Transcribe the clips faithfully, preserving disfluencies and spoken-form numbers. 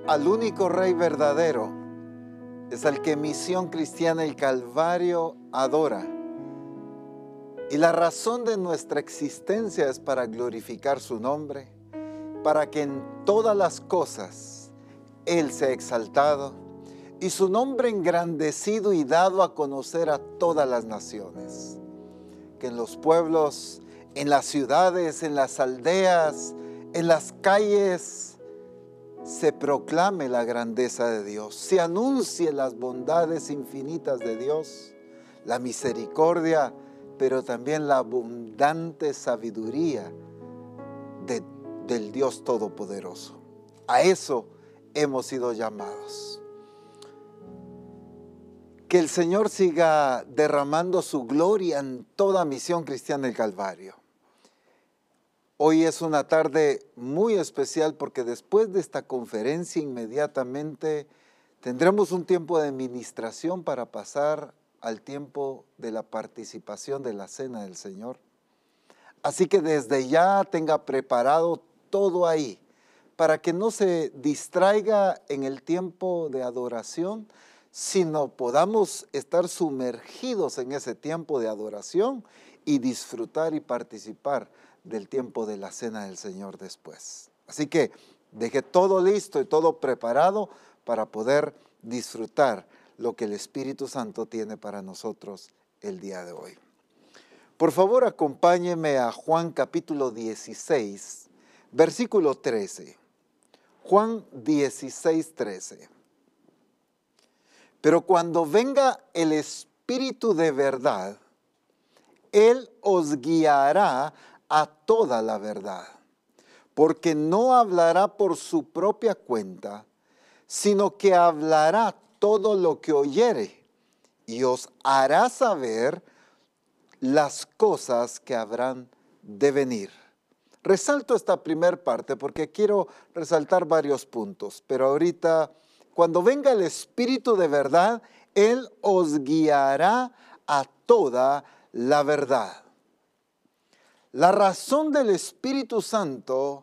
al único Rey verdadero, es al que Misión Cristiana El Calvario adora. Y la razón de nuestra existencia es para glorificar su nombre, para que en todas las cosas Él sea exaltado y su nombre engrandecido y dado a conocer a todas las naciones. Que en los pueblos, en las ciudades, en las aldeas, en las calles, se proclame la grandeza de Dios, se anuncie las bondades infinitas de Dios, la misericordia, pero también la abundante sabiduría de, del Dios Todopoderoso. A eso hemos sido llamados. Que el Señor siga derramando su gloria en toda Misión Cristiana del Calvario. Hoy es una tarde muy especial porque después de esta conferencia inmediatamente tendremos un tiempo de ministración para pasar al tiempo de la participación de la Cena del Señor. Así que desde ya tenga preparado todo ahí para que no se distraiga en el tiempo de adoración, sino podamos estar sumergidos en ese tiempo de adoración y disfrutar y participar del tiempo de la Cena del Señor después. Así que deje todo listo y todo preparado para poder disfrutar lo que el Espíritu Santo tiene para nosotros el día de hoy. Por favor, acompáñeme a Juan capítulo dieciséis, versículo trece. Juan dieciséis, trece. Pero cuando venga el Espíritu de verdad, Él os guiará a toda la verdad, porque no hablará por su propia cuenta, sino que hablará todo lo que oyere y os hará saber las cosas que habrán de venir. Resalto esta primer parte porque quiero resaltar varios puntos, pero ahorita, cuando venga el Espíritu de verdad, Él os guiará a toda la verdad. La razón del Espíritu Santo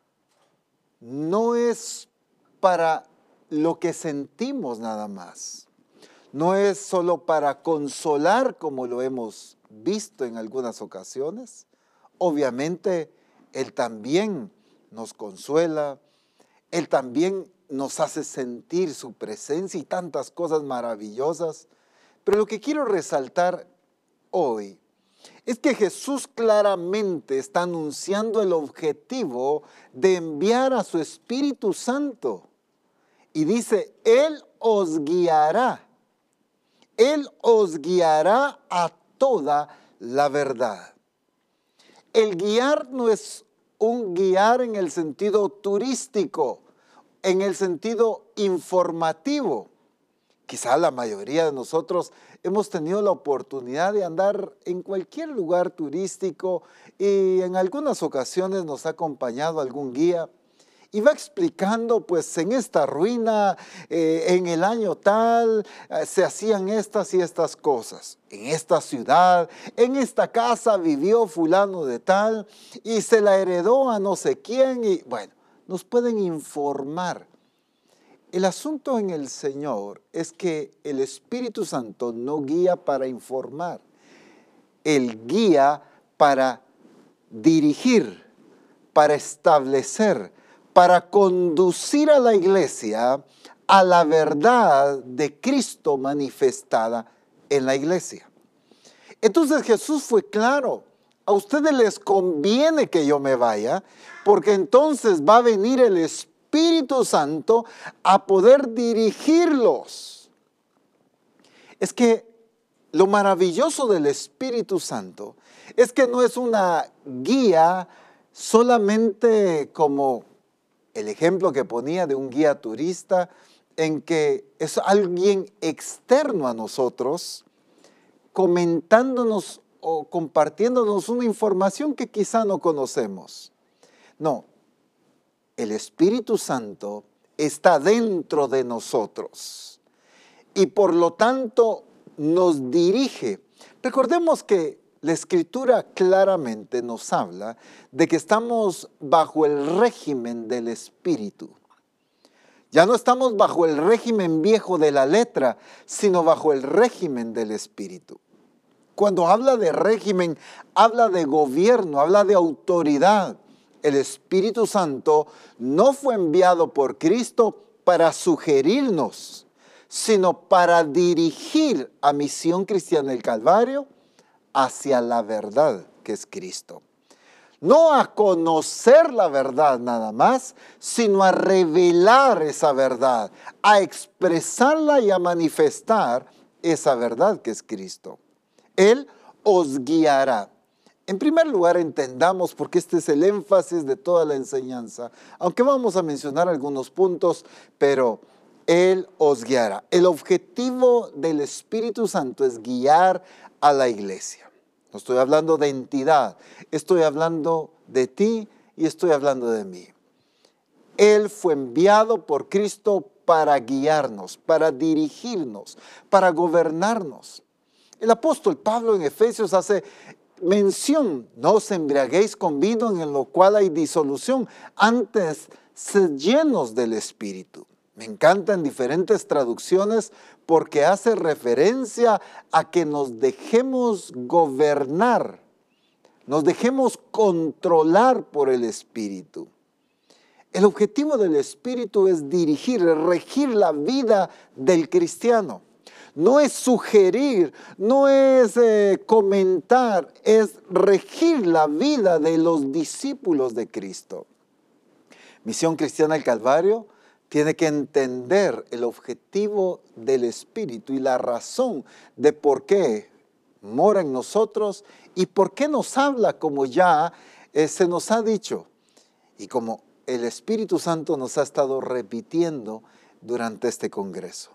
no es para lo que sentimos nada más. No es solo para consolar como lo hemos visto en algunas ocasiones. Obviamente, Él también nos consuela. Él también nos hace sentir su presencia y tantas cosas maravillosas. Pero lo que quiero resaltar hoy es que Jesús claramente está anunciando el objetivo de enviar a su Espíritu Santo. Y dice, Él os guiará. Él os guiará a toda la verdad. El guiar no es un guiar en el sentido turístico, en el sentido informativo. Quizá la mayoría de nosotros hemos tenido la oportunidad de andar en cualquier lugar turístico y en algunas ocasiones nos ha acompañado algún guía y va explicando, pues en esta ruina, eh, en el año tal, eh, se hacían estas y estas cosas. En esta ciudad, en esta casa vivió fulano de tal y se la heredó a no sé quién y bueno, nos pueden informar. El asunto en el Señor es que el Espíritu Santo no guía para informar. Él guía para dirigir, para establecer, para conducir a la iglesia a la verdad de Cristo manifestada en la iglesia. Entonces Jesús fue claro. A ustedes les conviene que yo me vaya, porque entonces va a venir el Espíritu Espíritu Santo a poder dirigirlos. Es que lo maravilloso del Espíritu Santo es que no es una guía solamente como el ejemplo que ponía de un guía turista, en que es alguien externo a nosotros comentándonos o compartiéndonos una información que quizá no conocemos. No. El Espíritu Santo está dentro de nosotros y por lo tanto nos dirige. Recordemos que la Escritura claramente nos habla de que estamos bajo el régimen del Espíritu. Ya no estamos bajo el régimen viejo de la letra, sino bajo el régimen del Espíritu. Cuando habla de régimen, habla de gobierno, habla de autoridad. El Espíritu Santo no fue enviado por Cristo para sugerirnos, sino para dirigir a Misión Cristiana del Calvario hacia la verdad que es Cristo. No a conocer la verdad nada más, sino a revelar esa verdad, a expresarla y a manifestar esa verdad que es Cristo. Él os guiará. En primer lugar, entendamos, porque este es el énfasis de toda la enseñanza, aunque vamos a mencionar algunos puntos, pero Él os guiará. El objetivo del Espíritu Santo es guiar a la iglesia. No estoy hablando de entidad, estoy hablando de ti y estoy hablando de mí. Él fue enviado por Cristo para guiarnos, para dirigirnos, para gobernarnos. El apóstol Pablo en Efesios hace mención: no os embriaguéis con vino en lo cual hay disolución, antes sed llenos del Espíritu. Me encantan diferentes traducciones porque hace referencia a que nos dejemos gobernar, nos dejemos controlar por el Espíritu. El objetivo del Espíritu es dirigir, regir la vida del cristiano. No es sugerir, no es eh, comentar, es regir la vida de los discípulos de Cristo. Misión Cristiana del Calvario tiene que entender el objetivo del Espíritu y la razón de por qué mora en nosotros y por qué nos habla, como ya eh, se nos ha dicho y como el Espíritu Santo nos ha estado repitiendo durante este congreso.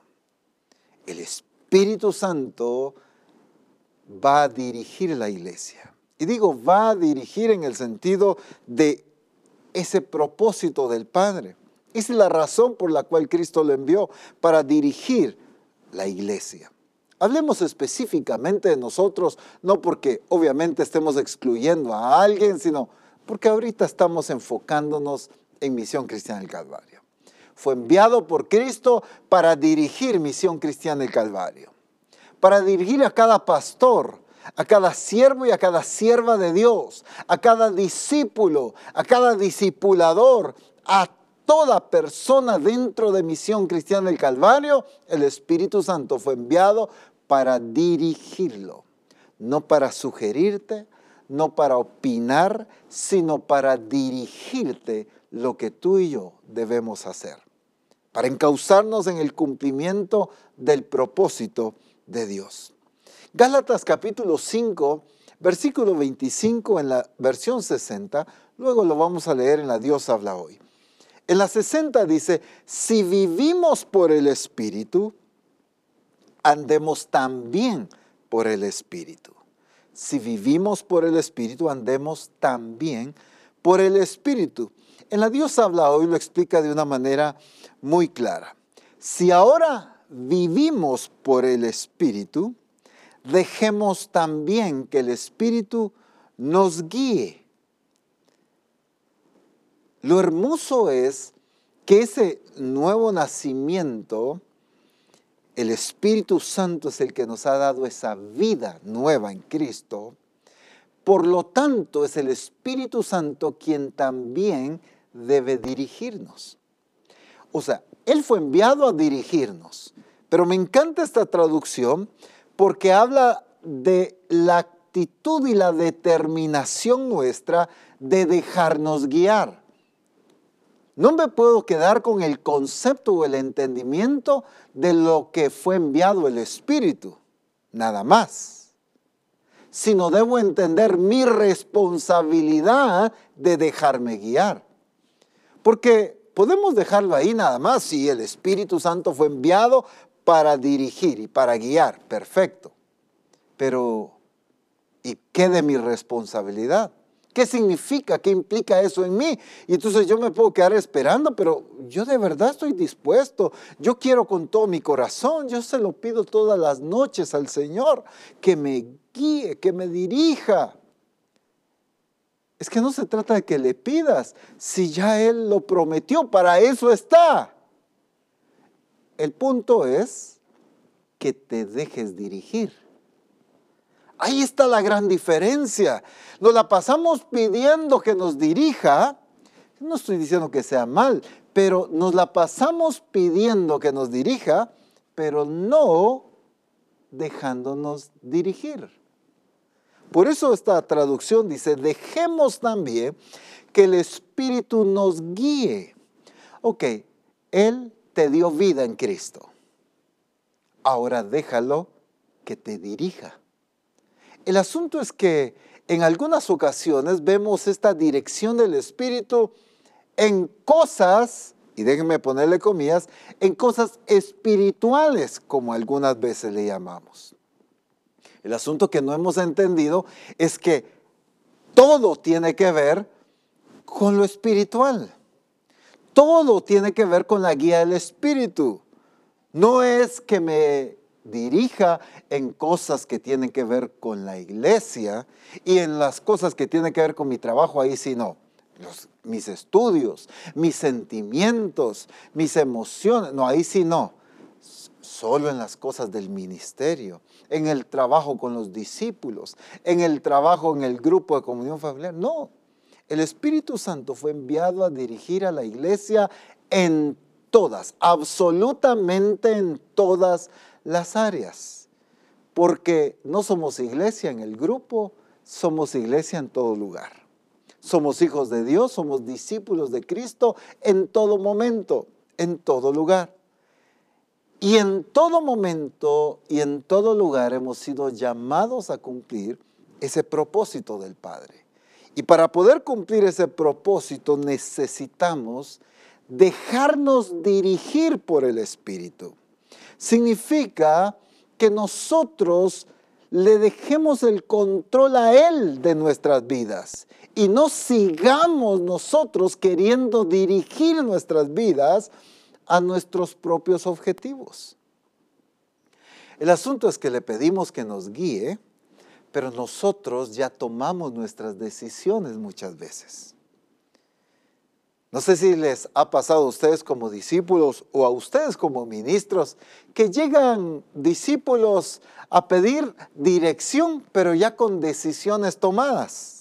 El Espíritu Santo va a dirigir la iglesia. Y digo va a dirigir en el sentido de ese propósito del Padre. Esa es la razón por la cual Cristo lo envió, para dirigir la iglesia. Hablemos específicamente de nosotros, no porque obviamente estemos excluyendo a alguien, sino porque ahorita estamos enfocándonos en Misión Cristiana del Calvario. Fue enviado por Cristo para dirigir Misión Cristiana del Calvario, para dirigir a cada pastor, a cada siervo y a cada sierva de Dios, a cada discípulo, a cada discipulador, a toda persona dentro de Misión Cristiana del Calvario. El Espíritu Santo fue enviado para dirigirlo, no para sugerirte, no para opinar, sino para dirigirte lo que tú y yo debemos hacer, para encauzarnos en el cumplimiento del propósito de Dios. Gálatas capítulo cinco, versículo veinticinco en la versión sesenta, luego lo vamos a leer en la Dios habla hoy. En la sesenta dice: si vivimos por el Espíritu, andemos también por el Espíritu. Si vivimos por el Espíritu, andemos también por el Espíritu. En la Dios habla hoy lo explica de una manera muy clara. Si ahora vivimos por el Espíritu, dejemos también que el Espíritu nos guíe. Lo hermoso es que ese nuevo nacimiento, el Espíritu Santo es el que nos ha dado esa vida nueva en Cristo. Por lo tanto, es el Espíritu Santo quien también debe dirigirnos. O sea, Él fue enviado a dirigirnos. Pero me encanta esta traducción porque habla de la actitud y la determinación nuestra de dejarnos guiar. No me puedo quedar con el concepto o el entendimiento de lo que fue enviado el Espíritu, nada más. Sino debo entender mi responsabilidad de dejarme guiar. Porque podemos dejarlo ahí nada más, si el Espíritu Santo fue enviado para dirigir y para guiar, perfecto. Pero, ¿y qué de mi responsabilidad? ¿Qué significa? ¿Qué implica eso en mí? Y entonces yo me puedo quedar esperando, pero yo de verdad estoy dispuesto. Yo quiero con todo mi corazón. Yo se lo pido todas las noches al Señor, que me guíe, que me dirija. Es que no se trata de que le pidas, si ya Él lo prometió, para eso está. El punto es que te dejes dirigir. Ahí está la gran diferencia. Nos la pasamos pidiendo que nos dirija. No estoy diciendo que sea mal, pero nos la pasamos pidiendo que nos dirija, pero no dejándonos dirigir. Por eso esta traducción dice, dejemos también que el Espíritu nos guíe. Ok, Él te dio vida en Cristo. Ahora déjalo que te dirija. El asunto es que en algunas ocasiones vemos esta dirección del Espíritu en cosas, y déjenme ponerle comillas, en cosas espirituales, como algunas veces le llamamos. El asunto que no hemos entendido es que todo tiene que ver con lo espiritual. Todo tiene que ver con la guía del Espíritu. No es que me dirija en cosas que tienen que ver con la iglesia y en las cosas que tienen que ver con mi trabajo, ahí sí no. Los, mis estudios, mis sentimientos, mis emociones, no, ahí sí no. Solo en las cosas del ministerio, en el trabajo con los discípulos, en el trabajo en el grupo de comunión familiar. No, el Espíritu Santo fue enviado a dirigir a la iglesia en todas, absolutamente en todas las áreas. Porque no somos iglesia en el grupo, somos iglesia en todo lugar. Somos hijos de Dios, somos discípulos de Cristo en todo momento, en todo lugar. Y en todo momento y en todo lugar hemos sido llamados a cumplir ese propósito del Padre. Y para poder cumplir ese propósito necesitamos dejarnos dirigir por el Espíritu. Significa que nosotros le dejemos el control a Él de nuestras vidas y no sigamos nosotros queriendo dirigir nuestras vidas a nuestros propios objetivos. El asunto es que le pedimos que nos guíe, pero nosotros ya tomamos nuestras decisiones muchas veces. No sé si les ha pasado a ustedes como discípulos o a ustedes como ministros, que llegan discípulos a pedir dirección, pero ya con decisiones tomadas.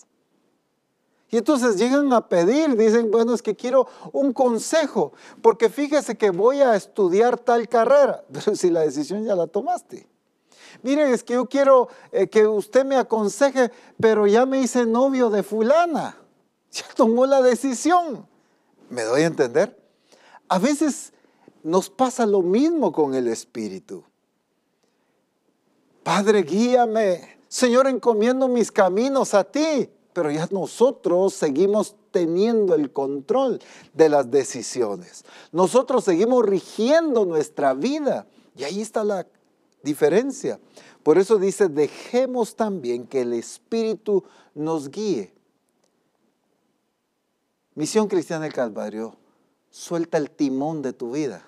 Y entonces llegan a pedir, dicen, bueno, es que quiero un consejo, porque fíjese que voy a estudiar tal carrera, pero si la decisión ya la tomaste. Miren, es que yo quiero eh, que usted me aconseje, pero ya me hice novio de fulana, ya tomó la decisión. ¿Me doy a entender? A veces nos pasa lo mismo con el Espíritu. Padre, guíame. Señor, encomiendo mis caminos a ti. Pero ya nosotros seguimos teniendo el control de las decisiones. Nosotros seguimos rigiendo nuestra vida. Y ahí está la diferencia. Por eso dice, dejemos también que el Espíritu nos guíe. Misión Cristiana del Calvario, suelta el timón de tu vida.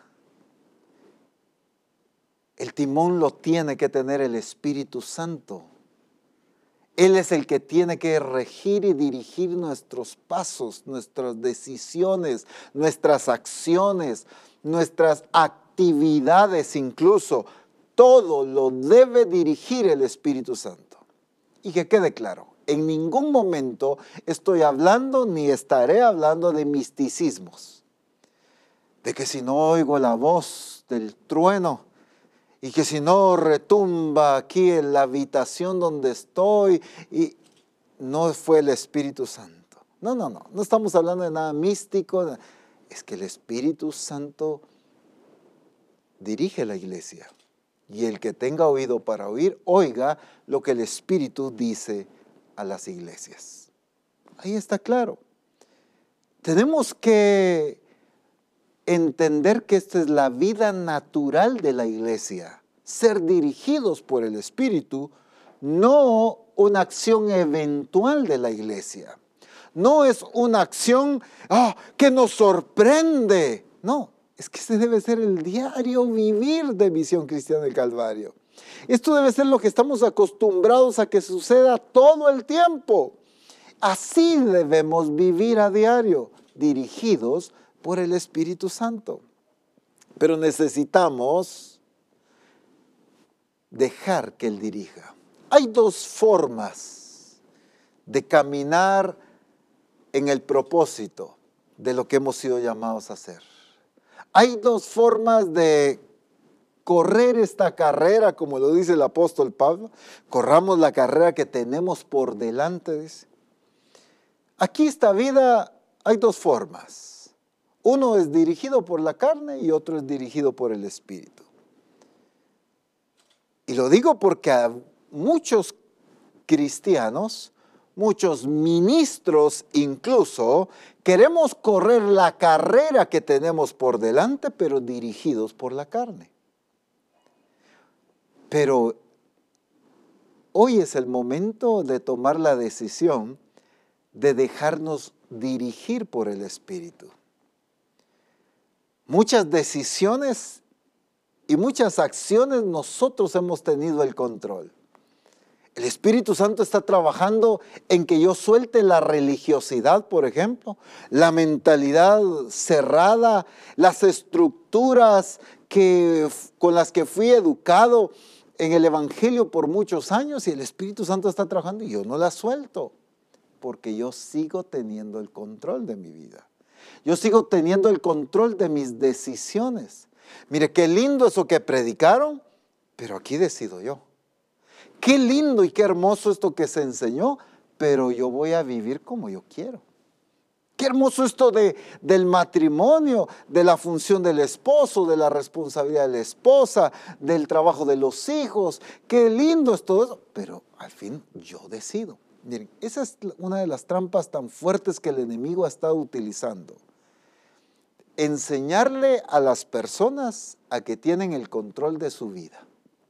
El timón lo tiene que tener el Espíritu Santo. Él es el que tiene que regir y dirigir nuestros pasos, nuestras decisiones, nuestras acciones, nuestras actividades incluso. Todo lo debe dirigir el Espíritu Santo. Y que quede claro, en ningún momento estoy hablando ni estaré hablando de misticismos. De que si no oigo la voz del trueno y que si no retumba aquí en la habitación donde estoy, y no fue el Espíritu Santo. No, no, no, no estamos hablando de nada místico. Es que el Espíritu Santo dirige la iglesia. Y el que tenga oído para oír, oiga lo que el Espíritu dice a las iglesias. Ahí está claro. Tenemos que entender que esta es la vida natural de la iglesia, ser dirigidos por el Espíritu, no una acción eventual de la iglesia. No es una acción oh, que nos sorprende. No, es que ese debe ser el diario vivir de Misión Cristiana del Calvario. Esto debe ser lo que estamos acostumbrados a que suceda todo el tiempo. Así debemos vivir a diario, dirigidos por el Espíritu Santo. Pero necesitamos dejar que Él dirija. Hay dos formas de caminar en el propósito de lo que hemos sido llamados a hacer. Hay dos formas de correr esta carrera, como lo dice el apóstol Pablo. Corramos la carrera que tenemos por delante, dice. Aquí esta vida hay dos formas. Uno es dirigido por la carne y otro es dirigido por el Espíritu. Y lo digo porque a muchos cristianos, muchos ministros incluso, queremos correr la carrera que tenemos por delante, pero dirigidos por la carne. Pero hoy es el momento de tomar la decisión de dejarnos dirigir por el Espíritu. Muchas decisiones y muchas acciones nosotros hemos tenido el control. El Espíritu Santo está trabajando en que yo suelte la religiosidad, por ejemplo, la mentalidad cerrada, las estructuras que, con las que fui educado en el Evangelio por muchos años, y el Espíritu Santo está trabajando y yo no las suelto, porque yo sigo teniendo el control de mi vida. Yo sigo teniendo el control de mis decisiones. Mire, qué lindo eso que predicaron, pero aquí decido yo. Qué lindo y qué hermoso esto que se enseñó, pero yo voy a vivir como yo quiero. Qué hermoso esto de, del matrimonio, de la función del esposo, de la responsabilidad de la esposa, del trabajo de los hijos. Qué lindo es todo eso, pero al fin yo decido. Miren, esa es una de las trampas tan fuertes que el enemigo ha estado utilizando. Enseñarle a las personas a que tienen el control de su vida.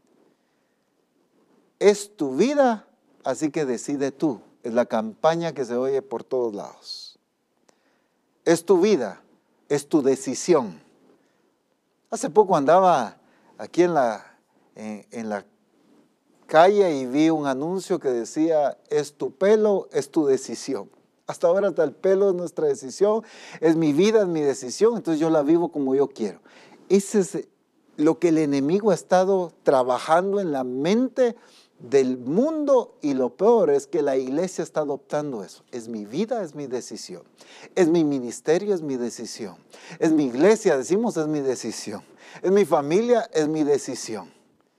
Es tu vida, así que decide tú. Es la campaña que se oye por todos lados. Es tu vida, es tu decisión. Hace poco andaba aquí en la, en, en la calle y vi un anuncio que decía, es tu pelo, es tu decisión. Hasta ahora hasta el pelo es nuestra decisión, es mi vida, es mi decisión, entonces yo la vivo como yo quiero. Ese es lo que el enemigo ha estado trabajando en la mente del mundo, y lo peor es que la iglesia está adoptando eso. Es mi vida, es mi decisión. Es mi ministerio, es mi decisión. Es mi iglesia, decimos, es mi decisión. Es mi familia, es mi decisión.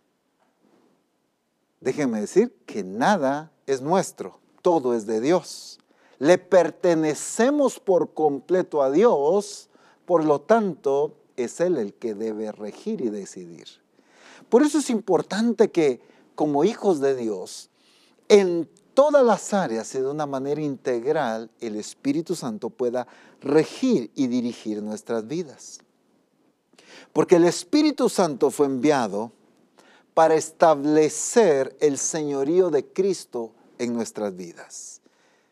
Déjenme decir que nada es nuestro, todo es de Dios. Le pertenecemos por completo a Dios, por lo tanto, es Él el que debe regir y decidir. Por eso es importante que, como hijos de Dios, en todas las áreas y de una manera integral, el Espíritu Santo pueda regir y dirigir nuestras vidas. Porque el Espíritu Santo fue enviado para establecer el señorío de Cristo en nuestras vidas.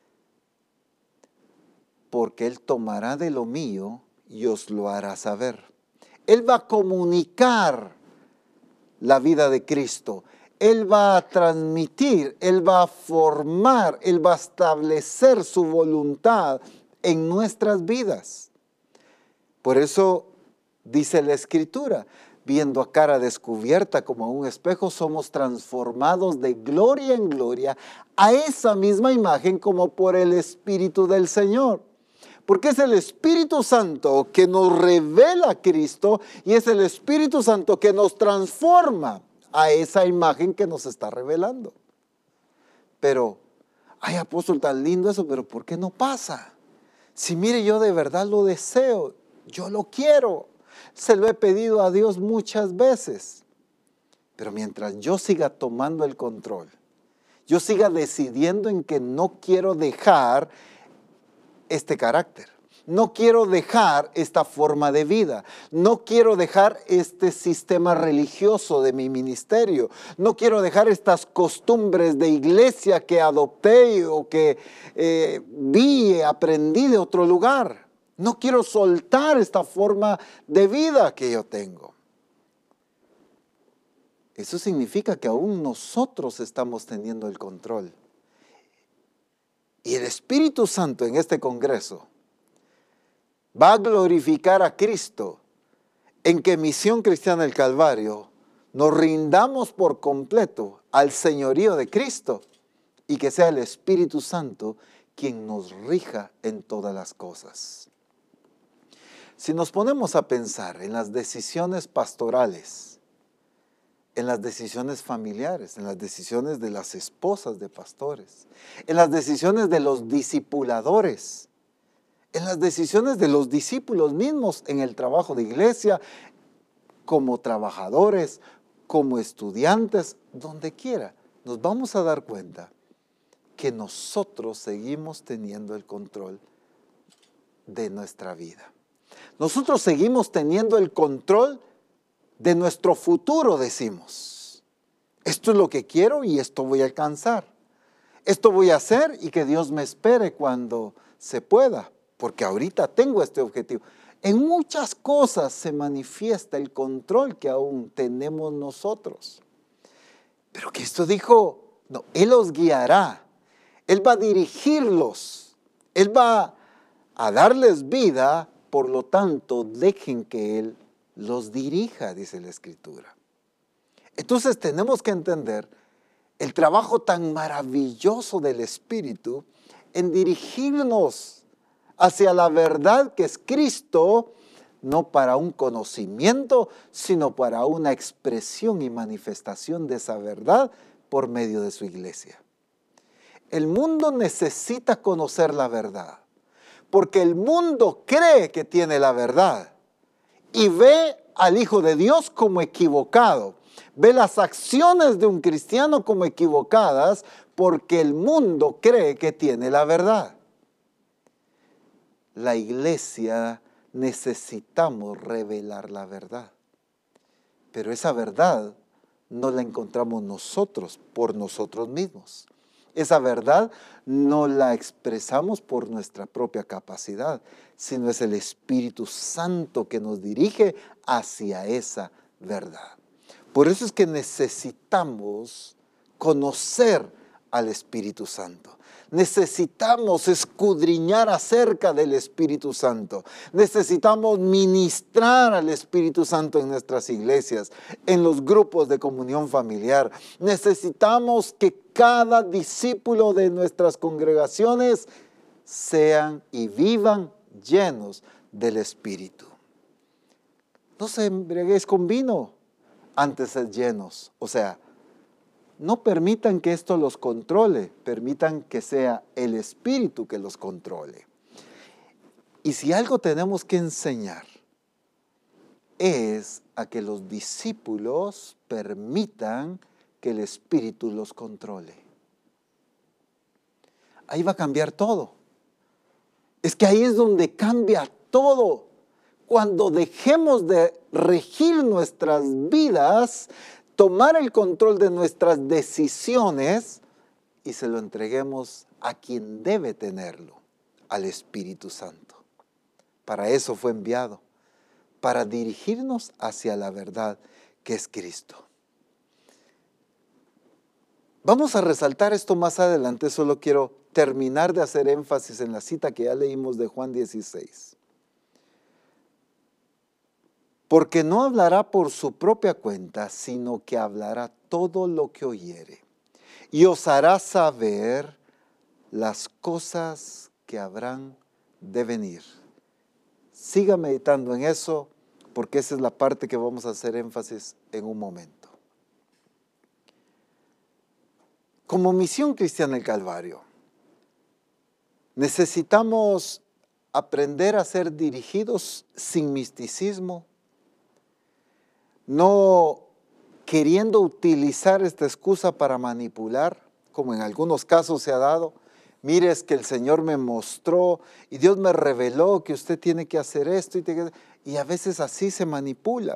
Porque Él tomará de lo mío y os lo hará saber. Él va a comunicar la vida de Cristo. Él va a transmitir, Él va a formar, Él va a establecer su voluntad en nuestras vidas. Por eso dice la Escritura, viendo a cara descubierta como un espejo, somos transformados de gloria en gloria a esa misma imagen como por el Espíritu del Señor. Porque es el Espíritu Santo que nos revela a Cristo y es el Espíritu Santo que nos transforma a esa imagen que nos está revelando. Pero, ay, apóstol, tan lindo eso, pero ¿por qué no pasa? Si mire, yo de verdad lo deseo, yo lo quiero, se lo he pedido a Dios muchas veces. Pero mientras yo siga tomando el control, yo siga decidiendo en que no quiero dejar este carácter. No quiero dejar esta forma de vida. No quiero dejar este sistema religioso de mi ministerio. No quiero dejar estas costumbres de iglesia que adopté o que eh, vi, aprendí de otro lugar. No quiero soltar esta forma de vida que yo tengo. Eso significa que aún nosotros estamos teniendo el control. Y el Espíritu Santo en este congreso va a glorificar a Cristo en que Misión Cristiana del Calvario nos rindamos por completo al señorío de Cristo y que sea el Espíritu Santo quien nos rija en todas las cosas. Si nos ponemos a pensar en las decisiones pastorales, en las decisiones familiares, en las decisiones de las esposas de pastores, en las decisiones de los discipuladores, en las decisiones de los discípulos mismos en el trabajo de iglesia, como trabajadores, como estudiantes, donde quiera, nos vamos a dar cuenta que nosotros seguimos teniendo el control de nuestra vida. Nosotros seguimos teniendo el control de nuestro futuro, decimos. Esto es lo que quiero y esto voy a alcanzar. Esto voy a hacer y que Dios me espere cuando se pueda, porque ahorita tengo este objetivo. En muchas cosas se manifiesta el control que aún tenemos nosotros. Pero Cristo dijo, no, Él los guiará, Él va a dirigirlos, Él va a darles vida, por lo tanto, dejen que Él los dirija, dice la Escritura. Entonces tenemos que entender el trabajo tan maravilloso del Espíritu en dirigirnos hacia la verdad que es Cristo, no para un conocimiento, sino para una expresión y manifestación de esa verdad por medio de su iglesia. El mundo necesita conocer la verdad, porque el mundo cree que tiene la verdad y ve al Hijo de Dios como equivocado, ve las acciones de un cristiano como equivocadas, porque el mundo cree que tiene la verdad. La iglesia necesitamos revelar la verdad, pero esa verdad no la encontramos nosotros por nosotros mismos. Esa verdad no la expresamos por nuestra propia capacidad, sino es el Espíritu Santo que nos dirige hacia esa verdad. Por eso es que necesitamos conocer al Espíritu Santo. Necesitamos escudriñar acerca del Espíritu Santo. Necesitamos ministrar al Espíritu Santo en nuestras iglesias, en los grupos de comunión familiar. Necesitamos que cada discípulo de nuestras congregaciones sean y vivan llenos del Espíritu. No se embriaguéis con vino, antes sed llenos. O sea, no permitan que esto los controle, permitan que sea el Espíritu que los controle. Y si algo tenemos que enseñar, es a que los discípulos permitan que el Espíritu los controle. Ahí va a cambiar todo. Es que ahí es donde cambia todo. Cuando dejemos de regir nuestras vidas, tomar el control de nuestras decisiones y se lo entreguemos a quien debe tenerlo, al Espíritu Santo. Para eso fue enviado, para dirigirnos hacia la verdad que es Cristo. Vamos a resaltar esto más adelante, solo quiero terminar de hacer énfasis en la cita que ya leímos de Juan dieciséis. Porque no hablará por su propia cuenta, sino que hablará todo lo que oyere, y os hará saber las cosas que habrán de venir. Siga meditando en eso, porque esa es la parte que vamos a hacer énfasis en un momento. Como Misión Cristiana del Calvario, necesitamos aprender a ser dirigidos sin misticismo, no queriendo utilizar esta excusa para manipular, como en algunos casos se ha dado. Mire, es que el Señor me mostró y Dios me reveló que usted tiene que hacer esto y, tiene que... y a veces así se manipula.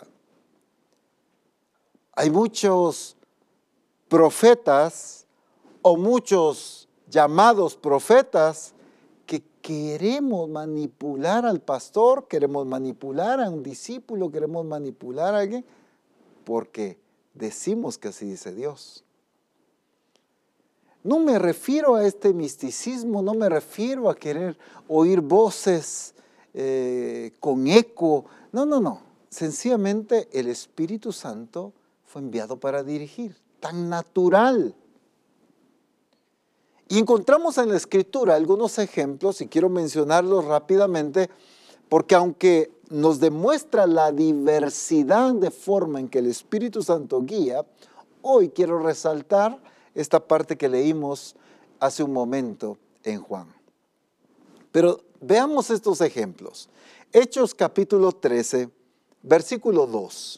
Hay muchos profetas o muchos llamados profetas que queremos manipular al pastor, queremos manipular a un discípulo, queremos manipular a alguien, porque decimos que así dice Dios. No me refiero a este misticismo, no me refiero a querer oír voces eh, con eco. No, no, no. sencillamente el Espíritu Santo fue enviado para dirigir, tan natural. Y encontramos en la Escritura algunos ejemplos, y quiero mencionarlos rápidamente, porque aunque nos demuestra la diversidad de forma en que el Espíritu Santo guía, hoy quiero resaltar esta parte que leímos hace un momento en Juan. Pero veamos estos ejemplos. Hechos capítulo trece, versículo dos.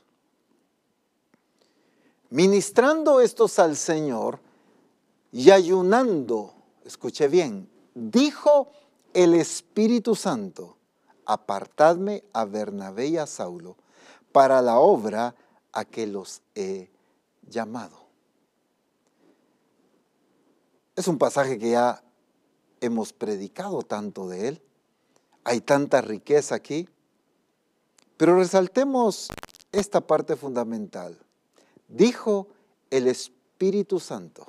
Ministrando estos al Señor y ayunando, escuche bien, dijo el Espíritu Santo: apartadme a Bernabé y a Saulo para la obra a que los he llamado. Es un pasaje que ya hemos predicado tanto de él. Hay tanta riqueza aquí. Pero resaltemos esta parte fundamental. Dijo el Espíritu Santo.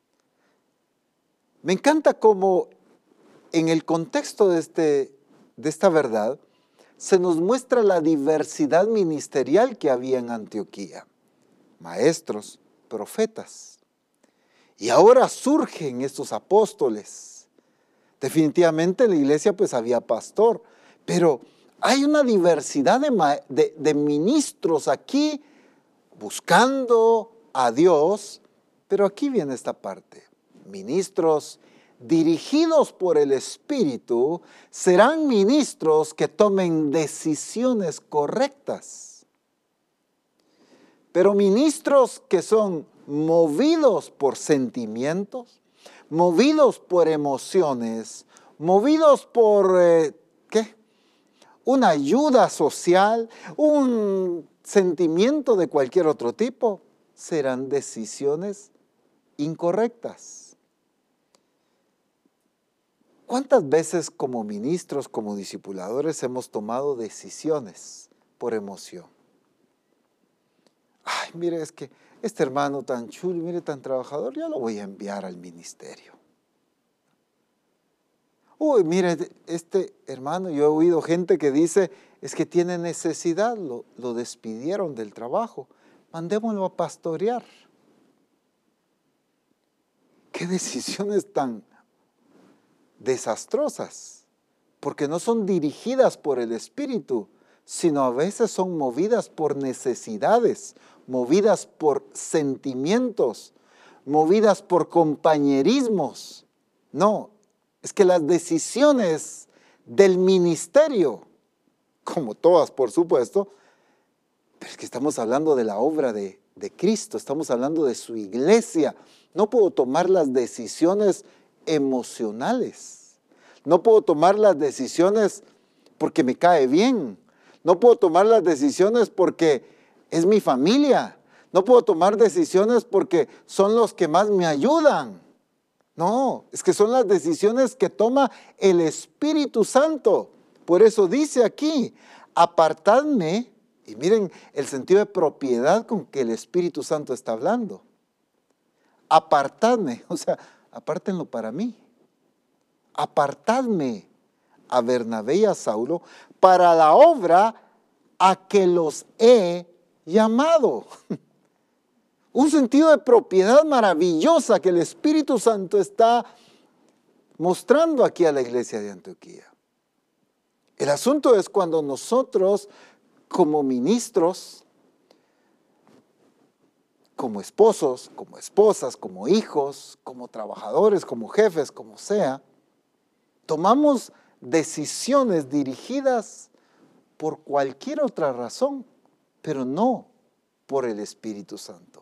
Me encanta cómo en el contexto de, este, de esta verdad se nos muestra la diversidad ministerial que había en Antioquía. Maestros, profetas. Y ahora surgen estos apóstoles. Definitivamente en la iglesia pues había pastor, pero hay una diversidad de, de, de ministros aquí buscando a Dios, pero aquí viene esta parte. Ministros dirigidos por el Espíritu serán ministros que tomen decisiones correctas. Pero ministros que son movidos por sentimientos, movidos por emociones, movidos por, eh, ¿qué? Una ayuda social, un sentimiento de cualquier otro tipo, serán decisiones incorrectas. ¿Cuántas veces como ministros, como discipuladores hemos tomado decisiones por emoción? Ay, mire, es que este hermano tan chulo, mire, tan trabajador, yo lo voy a enviar al ministerio. Uy, mire, este hermano, yo he oído gente que dice, es que tiene necesidad, lo, lo despidieron del trabajo, mandémoslo a pastorear. ¿Qué decisiones tan desastrosas? Porque no son dirigidas por el Espíritu, sino a veces son movidas por necesidades, movidas por sentimientos, movidas por compañerismos. No, es que las decisiones del ministerio, como todas por supuesto, pero es que estamos hablando de la obra de, de Cristo, estamos hablando de su iglesia. No puedo tomar las decisiones emocionales, no puedo tomar las decisiones porque me cae bien, no puedo tomar las decisiones porque es mi familia, no puedo tomar decisiones porque son los que más me ayudan. No, es que son las decisiones que toma el Espíritu Santo. Por eso dice aquí, apartadme, y miren el sentido de propiedad con que el Espíritu Santo está hablando. Apartadme, o sea, apártenlo para mí. Apartadme a Bernabé y a Saulo para la obra a que los he llamado. Un sentido de propiedad maravillosa que el Espíritu Santo está mostrando aquí a la iglesia de Antioquía. El asunto es cuando nosotros, como ministros, como esposos, como esposas, como hijos, como trabajadores, como jefes, como sea, tomamos decisiones dirigidas por cualquier otra razón, pero no por el Espíritu Santo.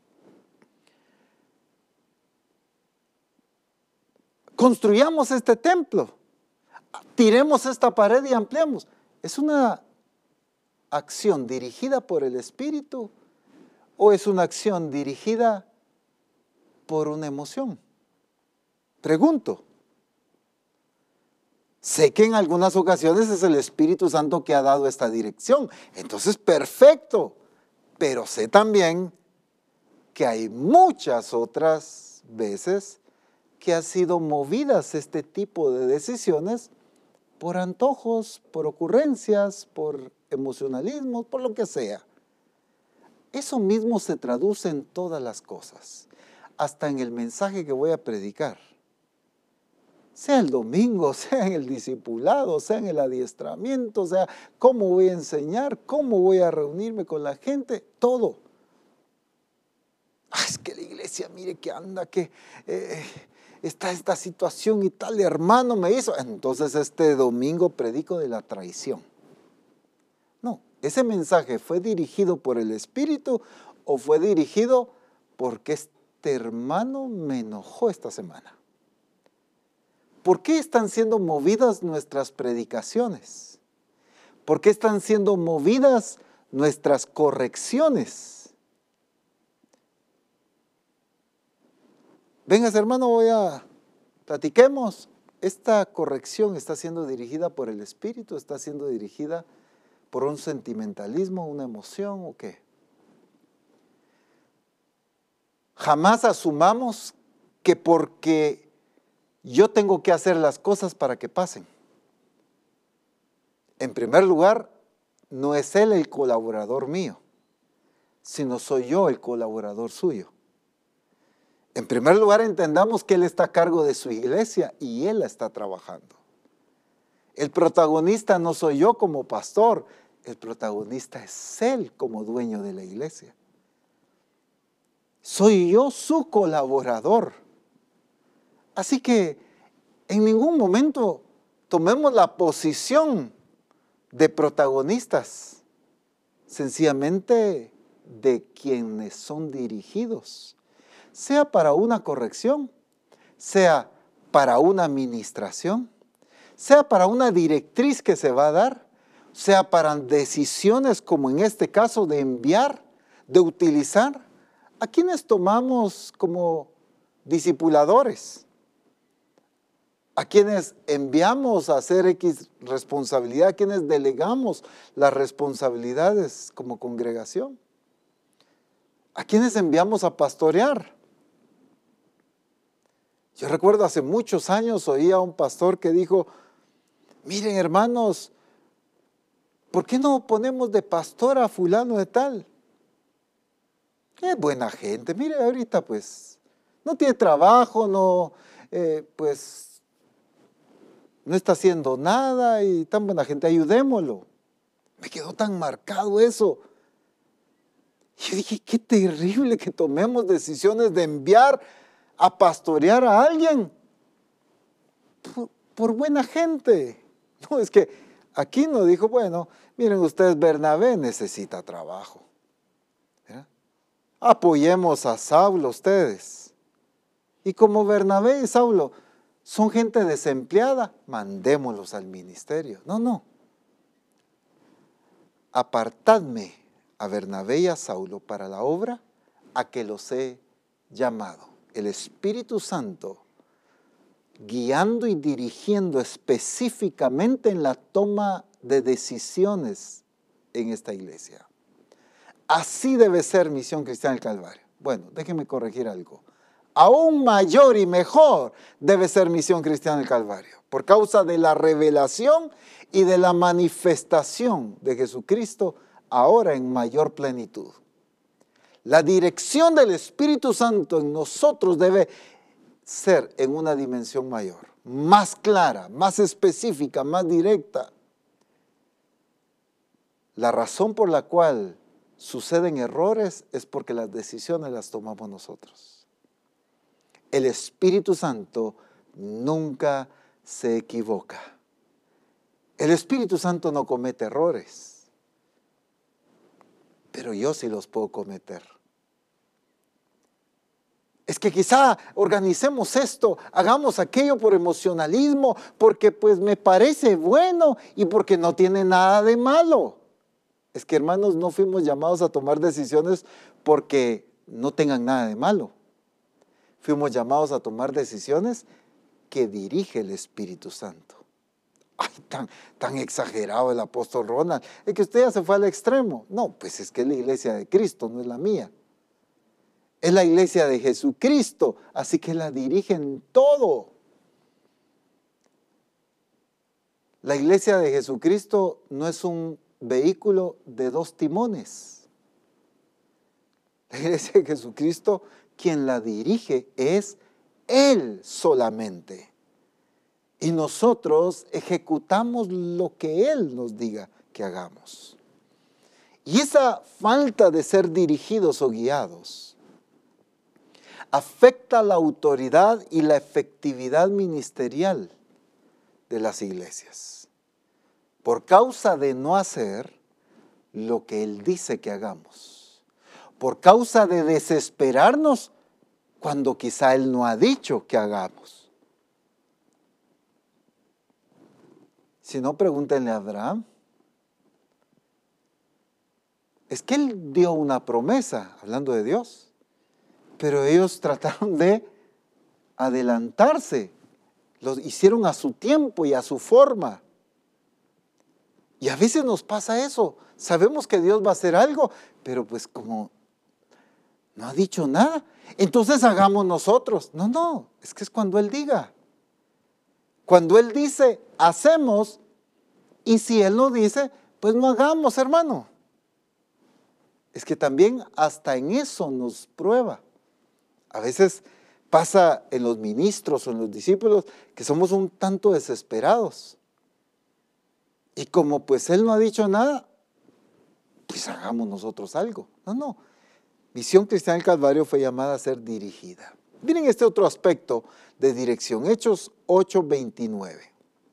Construyamos este templo, tiremos esta pared y ampliamos. ¿Es una acción dirigida por el Espíritu o es una acción dirigida por una emoción? Pregunto. Sé que en algunas ocasiones es el Espíritu Santo que ha dado esta dirección. Entonces, perfecto. Pero sé también que hay muchas otras veces que han sido movidas este tipo de decisiones por antojos, por ocurrencias, por emocionalismos, por lo que sea. Eso mismo se traduce en todas las cosas, hasta en el mensaje que voy a predicar. Sea el domingo, sea en el discipulado, sea en el adiestramiento, sea cómo voy a enseñar, cómo voy a reunirme con la gente, todo. Ay, es que la iglesia, mire que anda, que eh, está esta situación y tal, hermano me hizo. Entonces este domingo predico de la traición. No, ese mensaje fue dirigido por el Espíritu o fue dirigido porque este hermano me enojó esta semana. ¿Por qué están siendo movidas nuestras predicaciones? ¿Por qué están siendo movidas nuestras correcciones? Vengas, hermano, voy a platiquemos. Esta corrección está siendo dirigida por el Espíritu, está siendo dirigida por un sentimentalismo, una emoción o qué. Jamás asumamos que porque yo tengo que hacer las cosas para que pasen. En primer lugar, no es Él el colaborador mío, sino soy yo el colaborador suyo. En primer lugar, entendamos que Él está a cargo de su iglesia y Él la está trabajando. El protagonista no soy yo como pastor, el protagonista es Él como dueño de la iglesia. Soy yo su colaborador. Así que en ningún momento tomemos la posición de protagonistas, sencillamente de quienes son dirigidos, sea para una corrección, sea para una administración, sea para una directriz que se va a dar, sea para decisiones como en este caso de enviar, de utilizar, a quienes tomamos como discipuladores, a quienes enviamos a hacer X responsabilidad, a quienes delegamos las responsabilidades como congregación, a quienes enviamos a pastorear. Yo recuerdo hace muchos años oía a un pastor que dijo, miren hermanos, ¿por qué no ponemos de pastor a fulano de tal? Es buena gente, mire ahorita pues no tiene trabajo, no, eh, pues no está haciendo nada y tan buena gente, ayudémoslo. Me quedó tan marcado eso. Yo dije, qué terrible que tomemos decisiones de enviar a pastorear a alguien por, por buena gente. No, es que aquí no dijo, bueno, miren ustedes, Bernabé necesita trabajo. ¿Ya? Apoyemos a Saulo ustedes. Y como Bernabé y Saulo son gente desempleada, mandémoslos al ministerio. No, no. Apartadme a Bernabé y a Saulo para la obra a que los he llamado. El Espíritu Santo guiando y dirigiendo específicamente en la toma de decisiones en esta iglesia. Así debe ser Misión Cristiana del Calvario. Bueno, déjenme corregir algo. Aún mayor y mejor debe ser Misión Cristiana del Calvario, por causa de la revelación y de la manifestación de Jesucristo ahora en mayor plenitud. La dirección del Espíritu Santo en nosotros debe ser en una dimensión mayor, más clara, más específica, más directa. La razón por la cual suceden errores es porque las decisiones las tomamos nosotros. El Espíritu Santo nunca se equivoca. El Espíritu Santo no comete errores, pero yo sí los puedo cometer. Es que quizá organicemos esto, hagamos aquello por emocionalismo, porque pues me parece bueno y porque no tiene nada de malo. Es que hermanos, no fuimos llamados a tomar decisiones porque no tengan nada de malo. Fuimos llamados a tomar decisiones que dirige el Espíritu Santo. Ay, tan, tan exagerado el apóstol Ronald. Es que usted ya se fue al extremo. No, pues es que es la iglesia de Cristo, no es la mía. Es la iglesia de Jesucristo, así que la dirige en todo. La iglesia de Jesucristo no es un vehículo de dos timones. La iglesia de Jesucristo, quien la dirige es Él solamente. Y nosotros ejecutamos lo que Él nos diga que hagamos. Y esa falta de ser dirigidos o guiados afecta la autoridad y la efectividad ministerial de las iglesias, por causa de no hacer lo que Él dice que hagamos, por causa de desesperarnos cuando quizá Él no ha dicho que hagamos. Si no, pregúntenle a Abraham. Es que Él dio una promesa, hablando de Dios, pero ellos trataron de adelantarse, lo hicieron a su tiempo y a su forma. Y a veces nos pasa eso, sabemos que Dios va a hacer algo, pero pues como no ha dicho nada, entonces hagamos nosotros. No, no, es que es cuando Él diga. Cuando Él dice, hacemos, y si Él no dice, pues no hagamos, hermano. Es que también hasta en eso nos prueba. A veces pasa en los ministros o en los discípulos que somos un tanto desesperados. Y como pues Él no ha dicho nada, pues hagamos nosotros algo. No, no. Misión Cristiana del Calvario fue llamada a ser dirigida. Miren este otro aspecto de dirección. Hechos ocho veintinueve.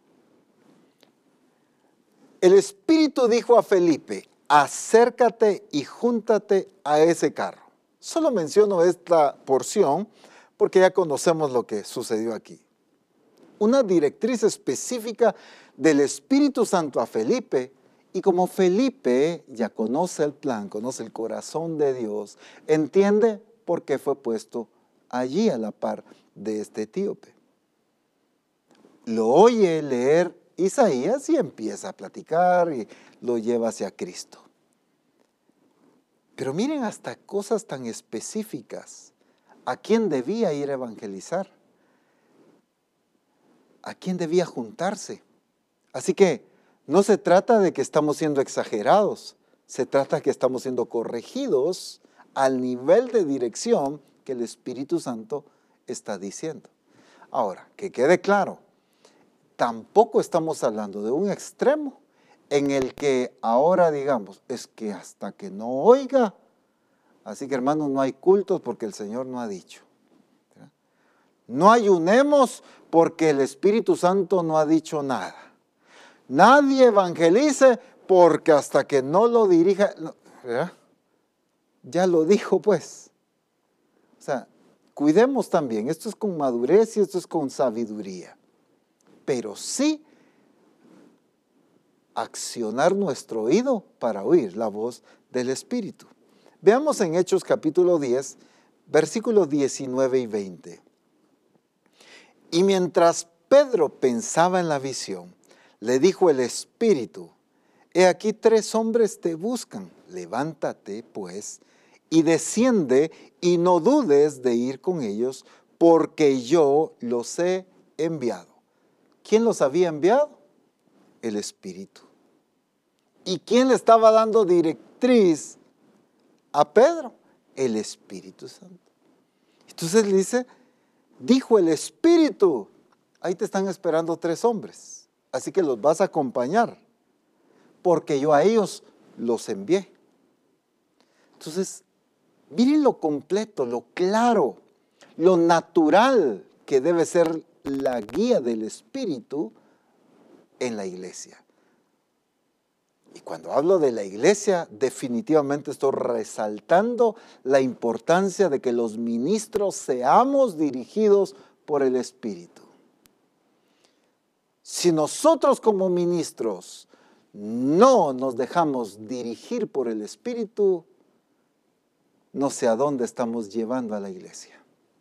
El Espíritu dijo a Felipe, acércate y júntate a ese carro. Solo menciono esta porción porque ya conocemos lo que sucedió aquí. Una directriz específica del Espíritu Santo a Felipe, y como Felipe ya conoce el plan, conoce el corazón de Dios, entiende por qué fue puesto allí a la par de este etíope. Lo oye leer Isaías y empieza a platicar y lo lleva hacia Cristo. Pero miren hasta cosas tan específicas. ¿A quién debía ir a evangelizar? ¿A quién debía juntarse? Así que no se trata de que estamos siendo exagerados, se trata de que estamos siendo corregidos al nivel de dirección que el Espíritu Santo está diciendo. Ahora, que quede claro, tampoco estamos hablando de un extremo en el que ahora digamos, es que hasta que no oiga, así que hermanos, no hay cultos porque el Señor no ha dicho. No ayunemos porque el Espíritu Santo no ha dicho nada. Nadie evangelice porque hasta que no lo dirija, ¿verdad? Ya lo dijo pues. O sea, cuidemos también, esto es con madurez y esto es con sabiduría. Pero sí accionar nuestro oído para oír la voz del Espíritu. Veamos en Hechos capítulo diez, versículos diecinueve y veinte. Y mientras Pedro pensaba en la visión, le dijo el Espíritu, he aquí tres hombres te buscan, levántate pues y desciende y no dudes de ir con ellos, porque yo los he enviado. ¿Quién los había enviado? El Espíritu. ¿Y quién le estaba dando directriz a Pedro? El Espíritu Santo. Entonces le dice, dijo el Espíritu, ahí te están esperando tres hombres, así que los vas a acompañar, porque yo a ellos los envié. Entonces, miren lo completo, lo claro, lo natural que debe ser la guía del Espíritu en la iglesia. Y cuando hablo de la iglesia, definitivamente estoy resaltando la importancia de que los ministros seamos dirigidos por el Espíritu. Si nosotros como ministros no nos dejamos dirigir por el Espíritu, no sé a dónde estamos llevando a la iglesia.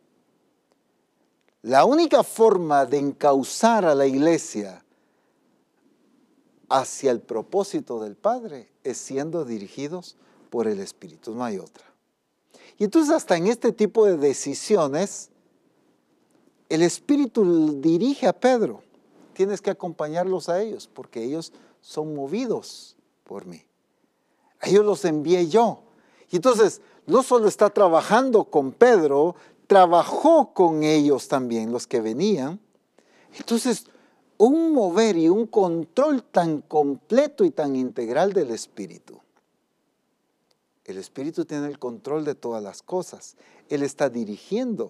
La única forma de encauzar a la iglesia hacia el propósito del Padre es siendo dirigidos por el Espíritu, no hay otra. Y entonces hasta en este tipo de decisiones, el Espíritu dirige a Pedro. Tienes que acompañarlos a ellos porque ellos son movidos por mí. A ellos los envié yo. Y entonces, no solo está trabajando con Pedro, trabajó con ellos también, los que venían. Entonces, un mover y un control tan completo y tan integral del Espíritu. El Espíritu tiene el control de todas las cosas. Él está dirigiendo.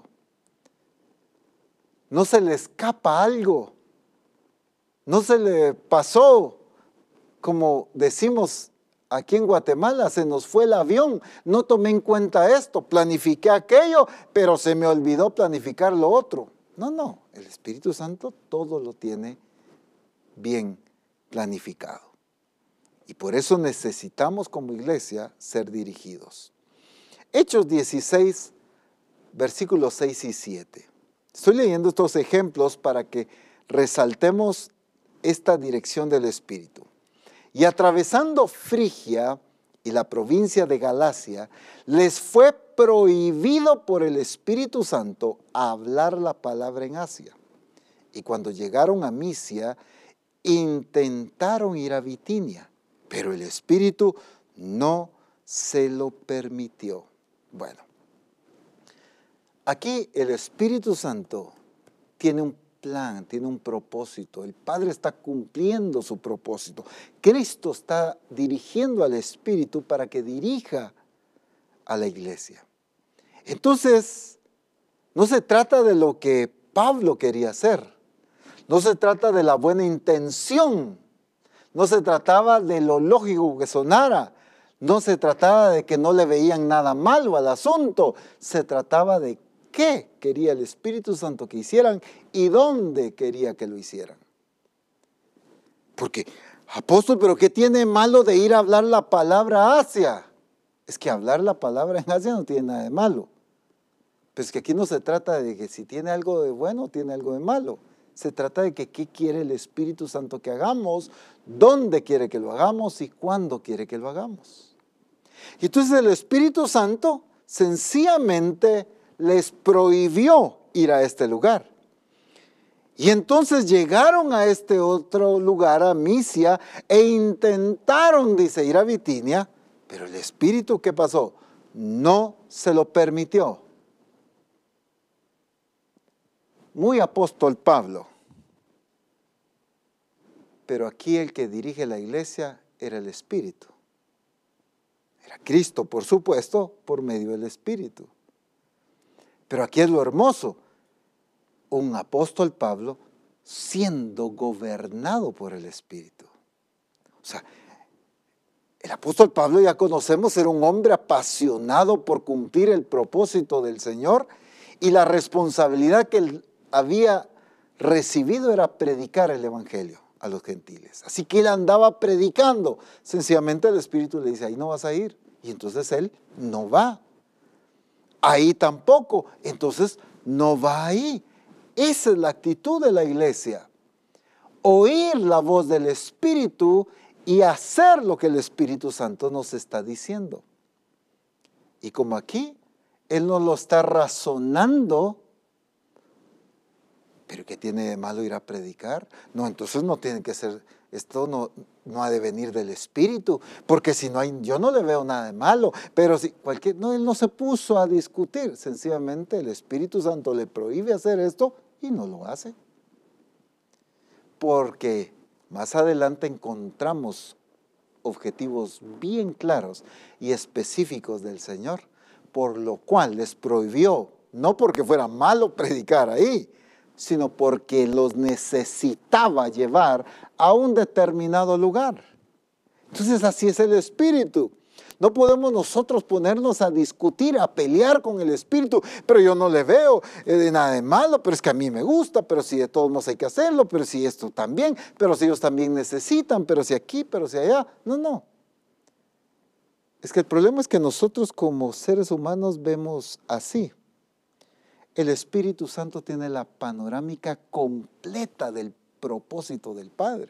No se le escapa algo. No se le pasó, como decimos aquí en Guatemala, se nos fue el avión. No tomé en cuenta esto, planifiqué aquello, pero se me olvidó planificar lo otro. No, no, el Espíritu Santo todo lo tiene bien planificado. Y por eso necesitamos como iglesia ser dirigidos. Hechos dieciséis, versículos seis y siete. Estoy leyendo estos ejemplos para que resaltemos esta dirección del Espíritu. Y atravesando Frigia y la provincia de Galacia, les fue prohibido por el Espíritu Santo hablar la palabra en Asia. Y cuando llegaron a Misia, intentaron ir a Bitinia, pero el Espíritu no se lo permitió. Bueno, aquí el Espíritu Santo tiene un plan, tiene un propósito. El Padre está cumpliendo su propósito. Cristo está dirigiendo al Espíritu para que dirija a la iglesia. Entonces, no se trata de lo que Pablo quería hacer. No se trata de la buena intención. No se trataba de lo lógico que sonara. No se trataba de que no le veían nada malo al asunto. Se trataba de qué quería el Espíritu Santo que hicieran y dónde quería que lo hicieran. Porque, apóstol, ¿pero qué tiene malo de ir a hablar la palabra a Asia? Es que hablar la palabra en Asia no tiene nada de malo. Pero es que aquí no se trata de que si tiene algo de bueno o tiene algo de malo. Se trata de que qué quiere el Espíritu Santo que hagamos, dónde quiere que lo hagamos y cuándo quiere que lo hagamos. Y entonces el Espíritu Santo sencillamente les prohibió ir a este lugar. Y entonces llegaron a este otro lugar, a Misia, e intentaron, dice, ir a Bitinia, pero el Espíritu, ¿qué pasó? No se lo permitió. Muy apóstol Pablo. Pero aquí el que dirige la iglesia era el Espíritu. Era Cristo, por supuesto, por medio del Espíritu. Pero aquí es lo hermoso. Un apóstol Pablo siendo gobernado por el Espíritu. O sea, el apóstol Pablo ya conocemos, era un hombre apasionado por cumplir el propósito del Señor y la responsabilidad que él había recibido era predicar el Evangelio a los gentiles. Así que él andaba predicando. Sencillamente el Espíritu le dice, ahí no vas a ir. Y entonces él no va. Ahí tampoco. Entonces no va ahí. Esa es la actitud de la iglesia. Oír la voz del Espíritu y hacer lo que el Espíritu Santo nos está diciendo. Y como aquí, él nos lo está razonando. ¿Pero qué tiene de malo ir a predicar? No, entonces no tiene que ser, esto no, no ha de venir del Espíritu, porque si no hay, yo no le veo nada de malo, pero si cualquier, no, él no se puso a discutir, sencillamente el Espíritu Santo le prohíbe hacer esto y no lo hace. Porque más adelante encontramos objetivos bien claros y específicos del Señor, por lo cual les prohibió, no porque fuera malo predicar ahí, sino porque los necesitaba llevar a un determinado lugar. Entonces así es el Espíritu. No podemos nosotros ponernos a discutir, a pelear con el Espíritu, pero yo no le veo de nada de malo, pero es que a mí me gusta, pero si de todos modos hay que hacerlo, pero si esto también, pero si ellos también necesitan, pero si aquí, pero si allá. No, no. Es que el problema es que nosotros como seres humanos vemos así. El Espíritu Santo tiene la panorámica completa del propósito del Padre.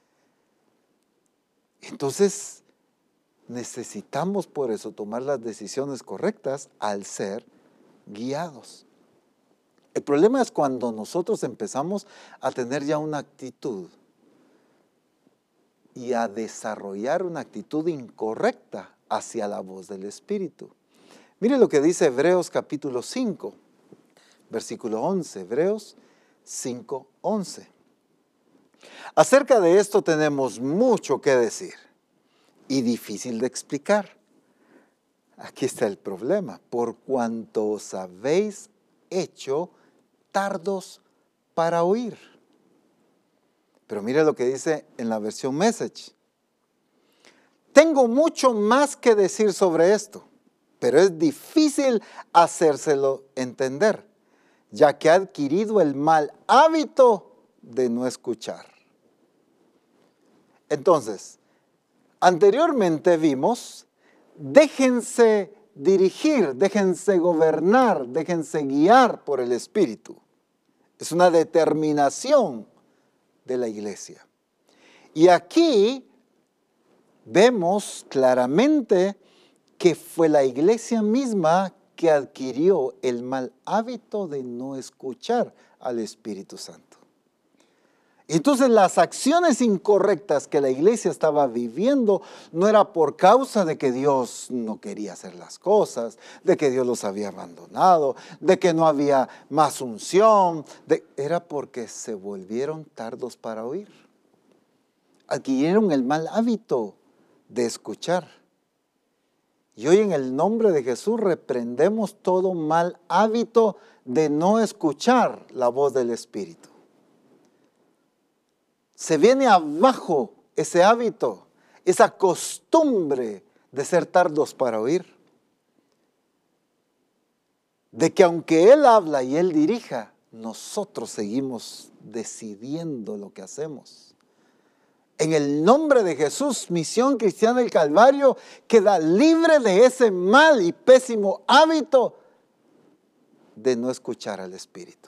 Entonces, necesitamos por eso tomar las decisiones correctas al ser guiados. El problema es cuando nosotros empezamos a tener ya una actitud y a desarrollar una actitud incorrecta hacia la voz del Espíritu. Mire lo que dice Hebreos capítulo cinco, versículo once, Hebreos cinco, once. Acerca de esto tenemos mucho que decir y difícil de explicar. Aquí está el problema, por cuanto os habéis hecho tardos para oír. Pero mire lo que dice en la versión Message. Tengo mucho más que decir sobre esto, pero es difícil hacérselo entender, ya que ha adquirido el mal hábito de no escuchar. Entonces, anteriormente vimos, déjense dirigir, déjense gobernar, déjense guiar por el Espíritu. Es una determinación de la iglesia. Y aquí vemos claramente que fue la iglesia misma que adquirió el mal hábito de no escuchar al Espíritu Santo. Entonces las acciones incorrectas que la iglesia estaba viviendo no era por causa de que Dios no quería hacer las cosas, de que Dios los había abandonado, de que no había más unción, de, era porque se volvieron tardos para oír. Adquirieron el mal hábito de escuchar. Y hoy en el nombre de Jesús reprendemos todo mal hábito de no escuchar la voz del Espíritu. Se viene abajo ese hábito, esa costumbre de ser tardos para oír. De que aunque Él habla y Él dirija, nosotros seguimos decidiendo lo que hacemos. En el nombre de Jesús, Misión Cristiana del Calvario queda libre de ese mal y pésimo hábito de no escuchar al Espíritu.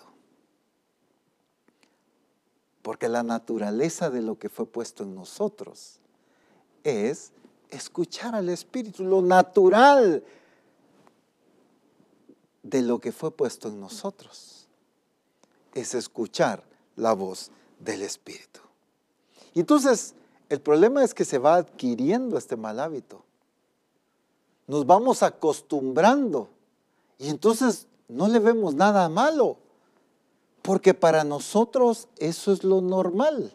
Porque la naturaleza de lo que fue puesto en nosotros es escuchar al Espíritu. Lo natural de lo que fue puesto en nosotros es escuchar la voz del Espíritu. Y entonces el problema es que se va adquiriendo este mal hábito. Nos vamos acostumbrando y entonces no le vemos nada malo. Porque para nosotros eso es lo normal.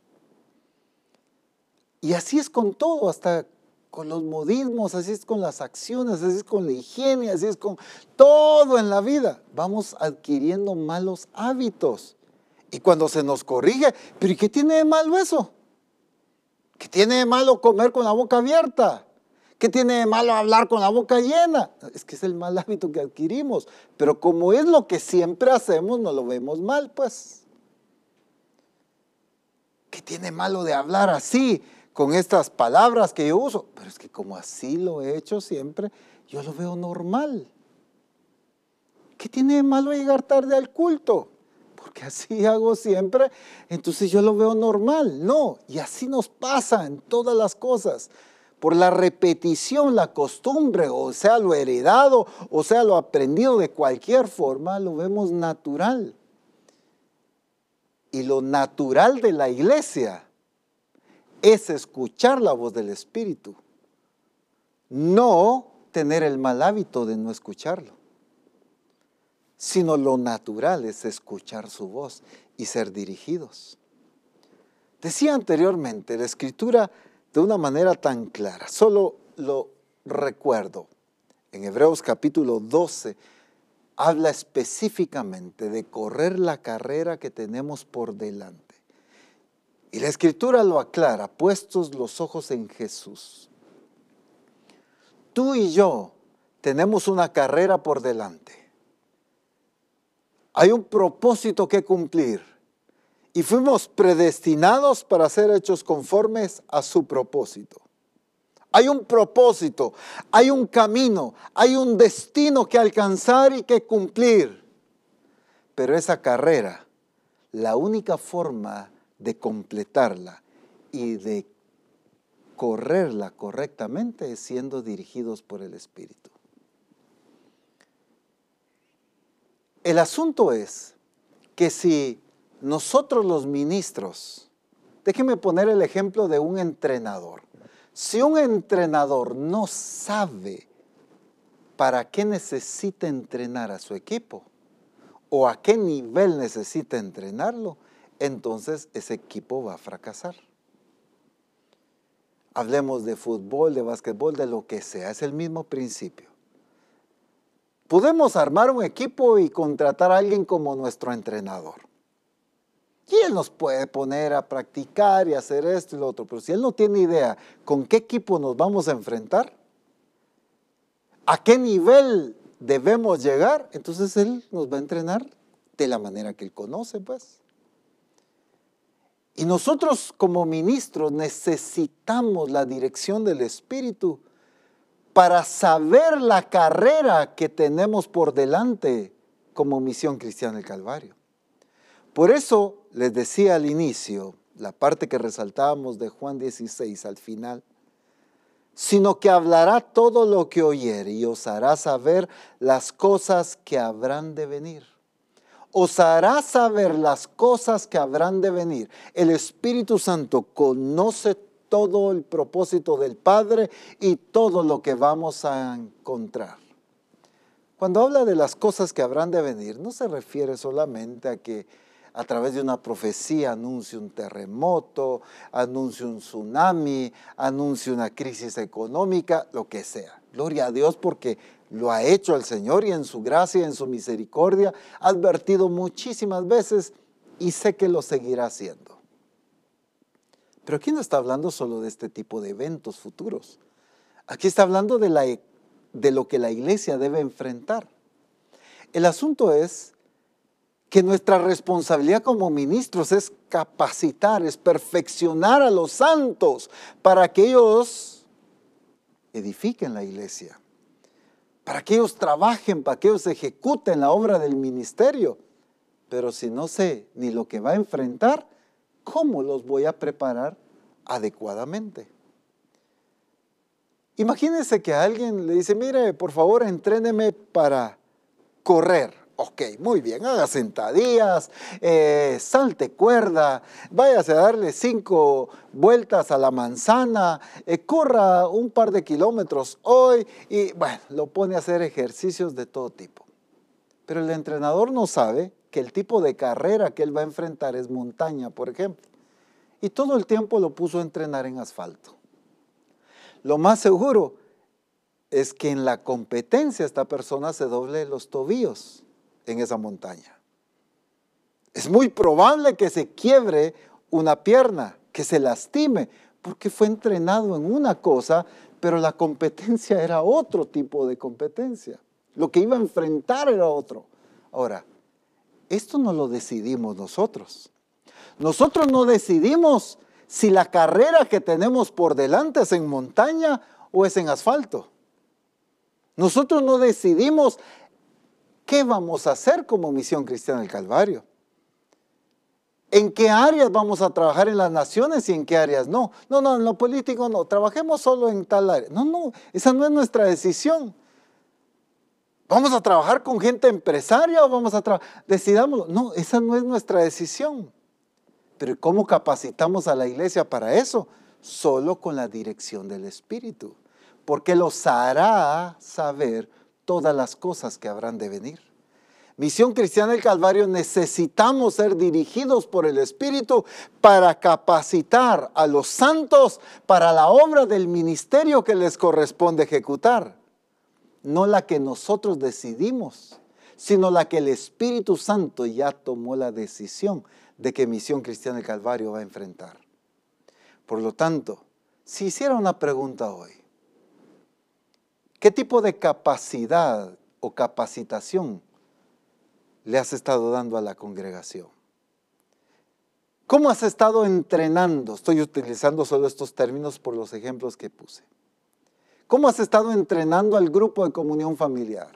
Y así es con todo, hasta con los modismos, así es con las acciones, así es con la higiene, así es con todo en la vida. Vamos adquiriendo malos hábitos. Y cuando se nos corrige, ¿pero y qué tiene de malo eso? ¿Qué tiene de malo comer con la boca abierta? ¿Qué tiene de malo hablar con la boca llena? Es que es el mal hábito que adquirimos. Pero como es lo que siempre hacemos, no lo vemos mal, pues. ¿Qué tiene malo de hablar así, con estas palabras que yo uso? Pero es que como así lo he hecho siempre, yo lo veo normal. ¿Qué tiene de malo llegar tarde al culto? Porque así hago siempre, entonces yo lo veo normal. No, y así nos pasa en todas las cosas. Por la repetición, la costumbre, o sea lo heredado, o sea lo aprendido de cualquier forma, lo vemos natural. Y lo natural de la iglesia es escuchar la voz del Espíritu, no tener el mal hábito de no escucharlo, sino lo natural es escuchar su voz y ser dirigidos. Decía anteriormente, la Escritura de una manera tan clara, solo lo recuerdo, en Hebreos capítulo doce, habla específicamente de correr la carrera que tenemos por delante. Y la Escritura lo aclara, puestos los ojos en Jesús. Tú y yo tenemos una carrera por delante. Hay un propósito que cumplir. Y fuimos predestinados para ser hechos conformes a su propósito. Hay un propósito, hay un camino, hay un destino que alcanzar y que cumplir. Pero esa carrera, la única forma de completarla y de correrla correctamente es siendo dirigidos por el Espíritu. El asunto es que si nosotros los ministros Déjenme poner el ejemplo de un entrenador. Si un entrenador no sabe para qué necesita entrenar a su equipo o a qué nivel necesita entrenarlo, entonces ese equipo va a fracasar. Hablemos de fútbol, de básquetbol, de lo que sea, es el mismo principio. Podemos armar un equipo y contratar a alguien como nuestro entrenador. Y él nos puede poner a practicar y hacer esto y lo otro, pero si él no tiene idea con qué equipo nos vamos a enfrentar, a qué nivel debemos llegar, entonces él nos va a entrenar de la manera que él conoce, pues. Y nosotros como ministros necesitamos la dirección del Espíritu para saber la carrera que tenemos por delante como Misión Cristiana del Calvario. Por eso les decía al inicio, la parte que resaltábamos de Juan dieciséis al final, sino que hablará todo lo que oyere y os hará saber las cosas que habrán de venir. Os hará saber las cosas que habrán de venir. El Espíritu Santo conoce todo el propósito del Padre y todo lo que vamos a encontrar. Cuando habla de las cosas que habrán de venir, no se refiere solamente a que a través de una profecía anuncie un terremoto, anuncie un tsunami, anuncie una crisis económica, lo que sea. Gloria a Dios porque lo ha hecho el Señor y en su gracia y en su misericordia ha advertido muchísimas veces y sé que lo seguirá haciendo. Pero aquí no está hablando solo de este tipo de eventos futuros. Aquí está hablando de, la, de lo que la iglesia debe enfrentar. El asunto es que nuestra responsabilidad como ministros es capacitar, es perfeccionar a los santos para que ellos edifiquen la iglesia, para que ellos trabajen, para que ellos ejecuten la obra del ministerio. Pero si no sé ni lo que va a enfrentar, ¿cómo los voy a preparar adecuadamente? Imagínense que a alguien le dice, mire, por favor, entréneme para correr. Ok, muy bien, haga sentadillas, eh, salte cuerda, váyase a darle cinco vueltas a la manzana, eh, corra un par de kilómetros hoy y bueno, lo pone a hacer ejercicios de todo tipo. Pero el entrenador no sabe que el tipo de carrera que él va a enfrentar es montaña, por ejemplo. Y todo el tiempo lo puso a entrenar en asfalto. Lo más seguro es que en la competencia esta persona se doble los tobillos en esa montaña. Es muy probable que se quiebre una pierna, que se lastime, porque fue entrenado en una cosa, pero la competencia era otro tipo de competencia. Lo que iba a enfrentar era otro. Ahora, esto no lo decidimos nosotros. Nosotros no decidimos si la carrera que tenemos por delante es en montaña o es en asfalto. Nosotros no decidimos qué vamos a hacer como Misión Cristiana del Calvario. ¿En qué áreas vamos a trabajar en las naciones y en qué áreas no? No, no, en lo político no, trabajemos solo en tal área. No, no, esa no es nuestra decisión. ¿Vamos a trabajar con gente empresaria o vamos a trabajar? Decidámoslo. No, esa no es nuestra decisión. Pero ¿cómo capacitamos a la iglesia para eso? Solo con la dirección del Espíritu. Porque los hará saber todas las cosas que habrán de venir. Misión Cristiana del Calvario necesitamos ser dirigidos por el Espíritu para capacitar a los santos para la obra del ministerio que les corresponde ejecutar. No la que nosotros decidimos, sino la que el Espíritu Santo ya tomó la decisión de que Misión Cristiana del Calvario va a enfrentar. Por lo tanto, si hiciera una pregunta hoy, ¿qué tipo de capacidad o capacitación le has estado dando a la congregación? ¿Cómo has estado entrenando? Estoy utilizando solo estos términos por los ejemplos que puse. ¿Cómo has estado entrenando al grupo de comunión familiar?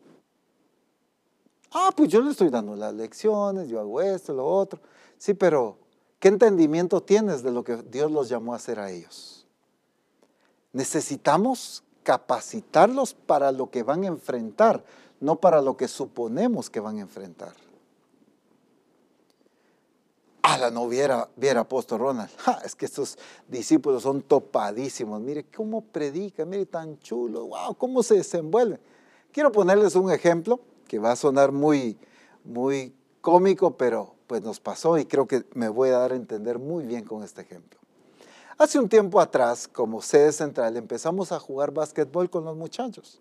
Ah, pues yo le estoy dando las lecciones, yo hago esto, lo otro. Sí, pero ¿qué entendimiento tienes de lo que Dios los llamó a hacer a ellos? Necesitamos capacitarlos para lo que van a enfrentar, no para lo que suponemos que van a enfrentar. ala, no viera, viera apóstol Ronald. Ja, es que estos discípulos son topadísimos. Mire cómo predica, mire tan chulo, wow, cómo se desenvuelve. Quiero ponerles un ejemplo que va a sonar muy, muy cómico, pero pues nos pasó y creo que me voy a dar a entender muy bien con este ejemplo. Hace un tiempo atrás, como sede central, empezamos a jugar básquetbol con los muchachos.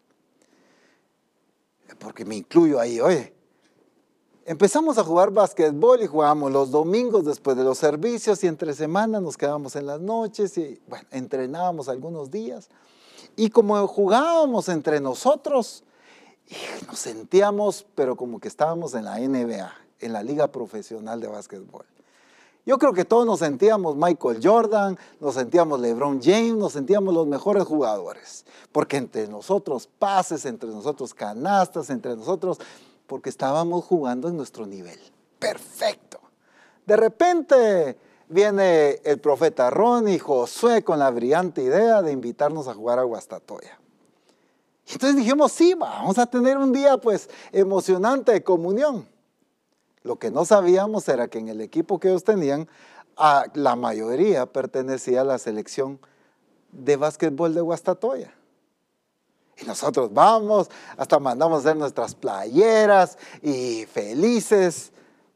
Porque me incluyo ahí, oye. Empezamos a jugar básquetbol y jugábamos los domingos después de los servicios y entre semanas nos quedábamos en las noches y bueno, entrenábamos algunos días. Y como jugábamos entre nosotros, nos sentíamos, pero como que estábamos en la N B A, en la Liga Profesional de Básquetbol. Yo creo que todos nos sentíamos Michael Jordan, nos sentíamos LeBron James, nos sentíamos los mejores jugadores. Porque entre nosotros pases, entre nosotros canastas, entre nosotros, porque estábamos jugando en nuestro nivel. Perfecto. De repente viene el profeta Ron y Josué con la brillante idea de invitarnos a jugar a Guastatoya. Entonces dijimos, sí, vamos a tener un día pues emocionante de comunión. Lo que no sabíamos era que en el equipo que ellos tenían, a la mayoría pertenecía a la selección de básquetbol de Guastatoya. Y nosotros vamos, hasta mandamos a hacer nuestras playeras y felices.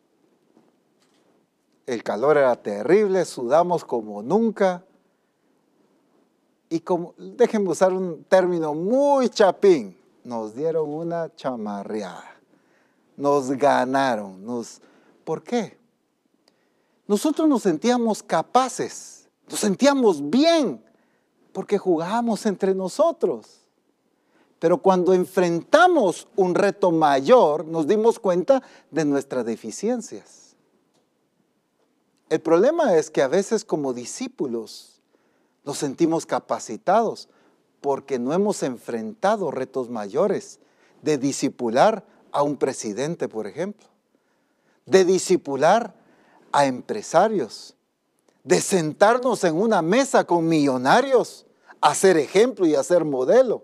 El calor era terrible, sudamos como nunca. Y como, déjenme usar un término muy chapín, nos dieron una chamarreada. Nos ganaron. Nos, ¿por qué? Nosotros nos sentíamos capaces, nos sentíamos bien, porque jugábamos entre nosotros. Pero cuando enfrentamos un reto mayor, nos dimos cuenta de nuestras deficiencias. El problema es que a veces como discípulos nos sentimos capacitados porque no hemos enfrentado retos mayores de discipular a un presidente, por ejemplo, de discipular a empresarios, de sentarnos en una mesa con millonarios, a ser ejemplo y a ser modelo.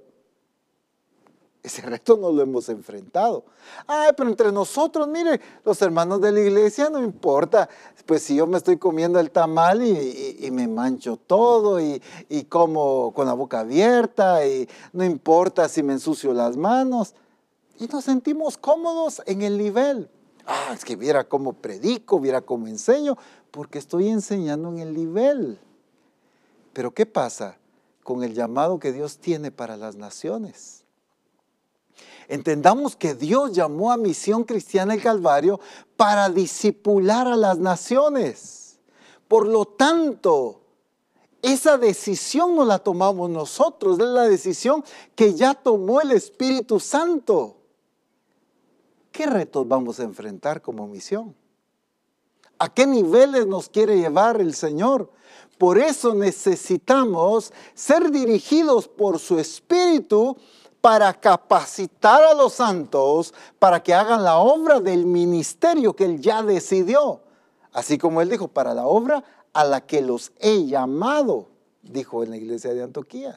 Ese reto no lo hemos enfrentado. Ay, pero entre nosotros, mire, los hermanos de la iglesia no importa. Pues si yo me estoy comiendo el tamal y, y, y me mancho todo y, y como con la boca abierta y no importa si me ensucio las manos. Y nos sentimos cómodos en el nivel. Ah, es que viera cómo predico, viera cómo enseño, porque estoy enseñando en el nivel. Pero ¿qué pasa con el llamado que Dios tiene para las naciones? Entendamos que Dios llamó a Misión Cristiana el Calvario para discipular a las naciones. Por lo tanto, esa decisión no la tomamos nosotros, es la decisión que ya tomó el Espíritu Santo. ¿Qué retos vamos a enfrentar como misión? ¿A qué niveles nos quiere llevar el Señor? Por eso necesitamos ser dirigidos por su Espíritu para capacitar a los santos para que hagan la obra del ministerio que Él ya decidió. Así como Él dijo, para la obra a la que los he llamado, dijo en la iglesia de Antioquía.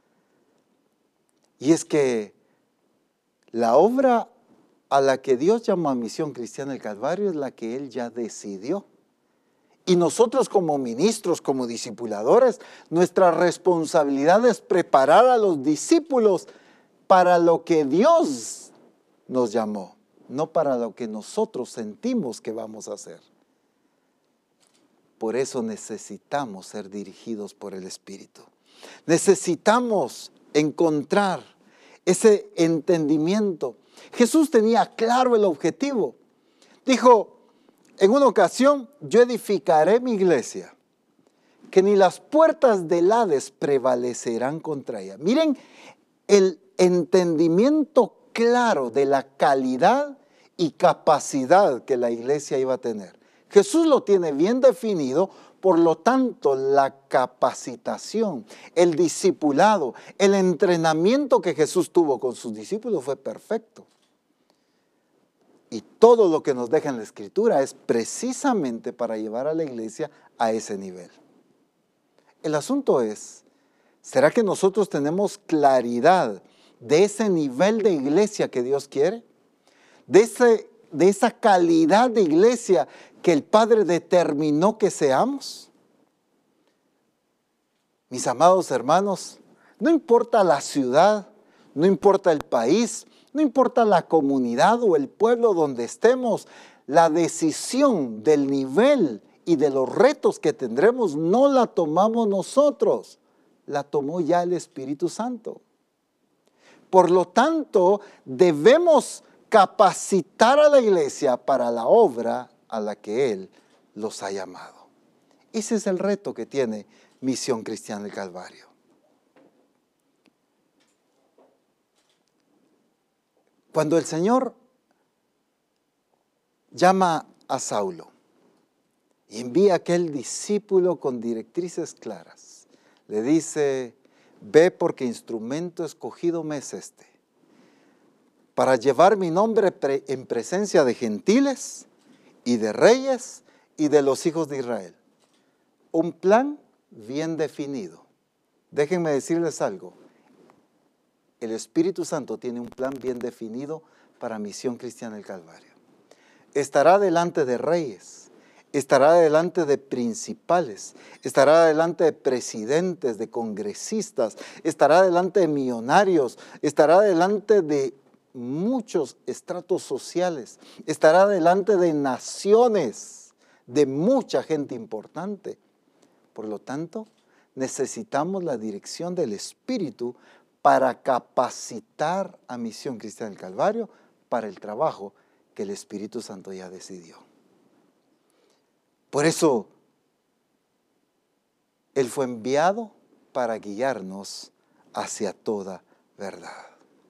Y es que la obra a la que Dios llamó a Misión Cristiana el Calvario es la que Él ya decidió. Y nosotros como ministros, como discipuladores, nuestra responsabilidad es preparar a los discípulos para lo que Dios nos llamó, no para lo que nosotros sentimos que vamos a hacer. Por eso necesitamos ser dirigidos por el Espíritu. Necesitamos encontrar ese entendimiento. Jesús tenía claro el objetivo. Dijo en una ocasión, yo edificaré mi iglesia, que ni las puertas del Hades prevalecerán contra ella. Miren el entendimiento claro de la calidad y capacidad que la iglesia iba a tener. Jesús lo tiene bien definido, por lo tanto la capacitación, el discipulado, el entrenamiento que Jesús tuvo con sus discípulos fue perfecto. Y todo lo que nos deja en la Escritura es precisamente para llevar a la iglesia a ese nivel. El asunto es, ¿será que nosotros tenemos claridad de ese nivel de iglesia que Dios quiere? De ese de esa calidad de iglesia que el Padre determinó que seamos? Mis amados hermanos, no importa la ciudad, no importa el país, no importa la comunidad o el pueblo donde estemos, la decisión del nivel y de los retos que tendremos no la tomamos nosotros, la tomó ya el Espíritu Santo. Por lo tanto, debemos capacitar a la iglesia para la obra a la que Él los ha llamado. Ese es el reto que tiene Misión Cristiana del Calvario. Cuando el Señor llama a Saulo y envía a aquel discípulo con directrices claras, le dice: ve, porque instrumento escogido me es este, para llevar mi nombre pre- en presencia de gentiles y de reyes y de los hijos de Israel. Un plan bien definido. Déjenme decirles algo. El Espíritu Santo tiene un plan bien definido para Misión Cristiana del Calvario. Estará delante de reyes, estará delante de principales, estará delante de presidentes, de congresistas, estará delante de millonarios, estará delante de muchos estratos sociales, estará delante de naciones, de mucha gente importante. Por lo tanto, necesitamos la dirección del Espíritu para capacitar a Misión Cristiana del Calvario para el trabajo que el Espíritu Santo ya decidió. Por eso, Él fue enviado para guiarnos hacia toda verdad.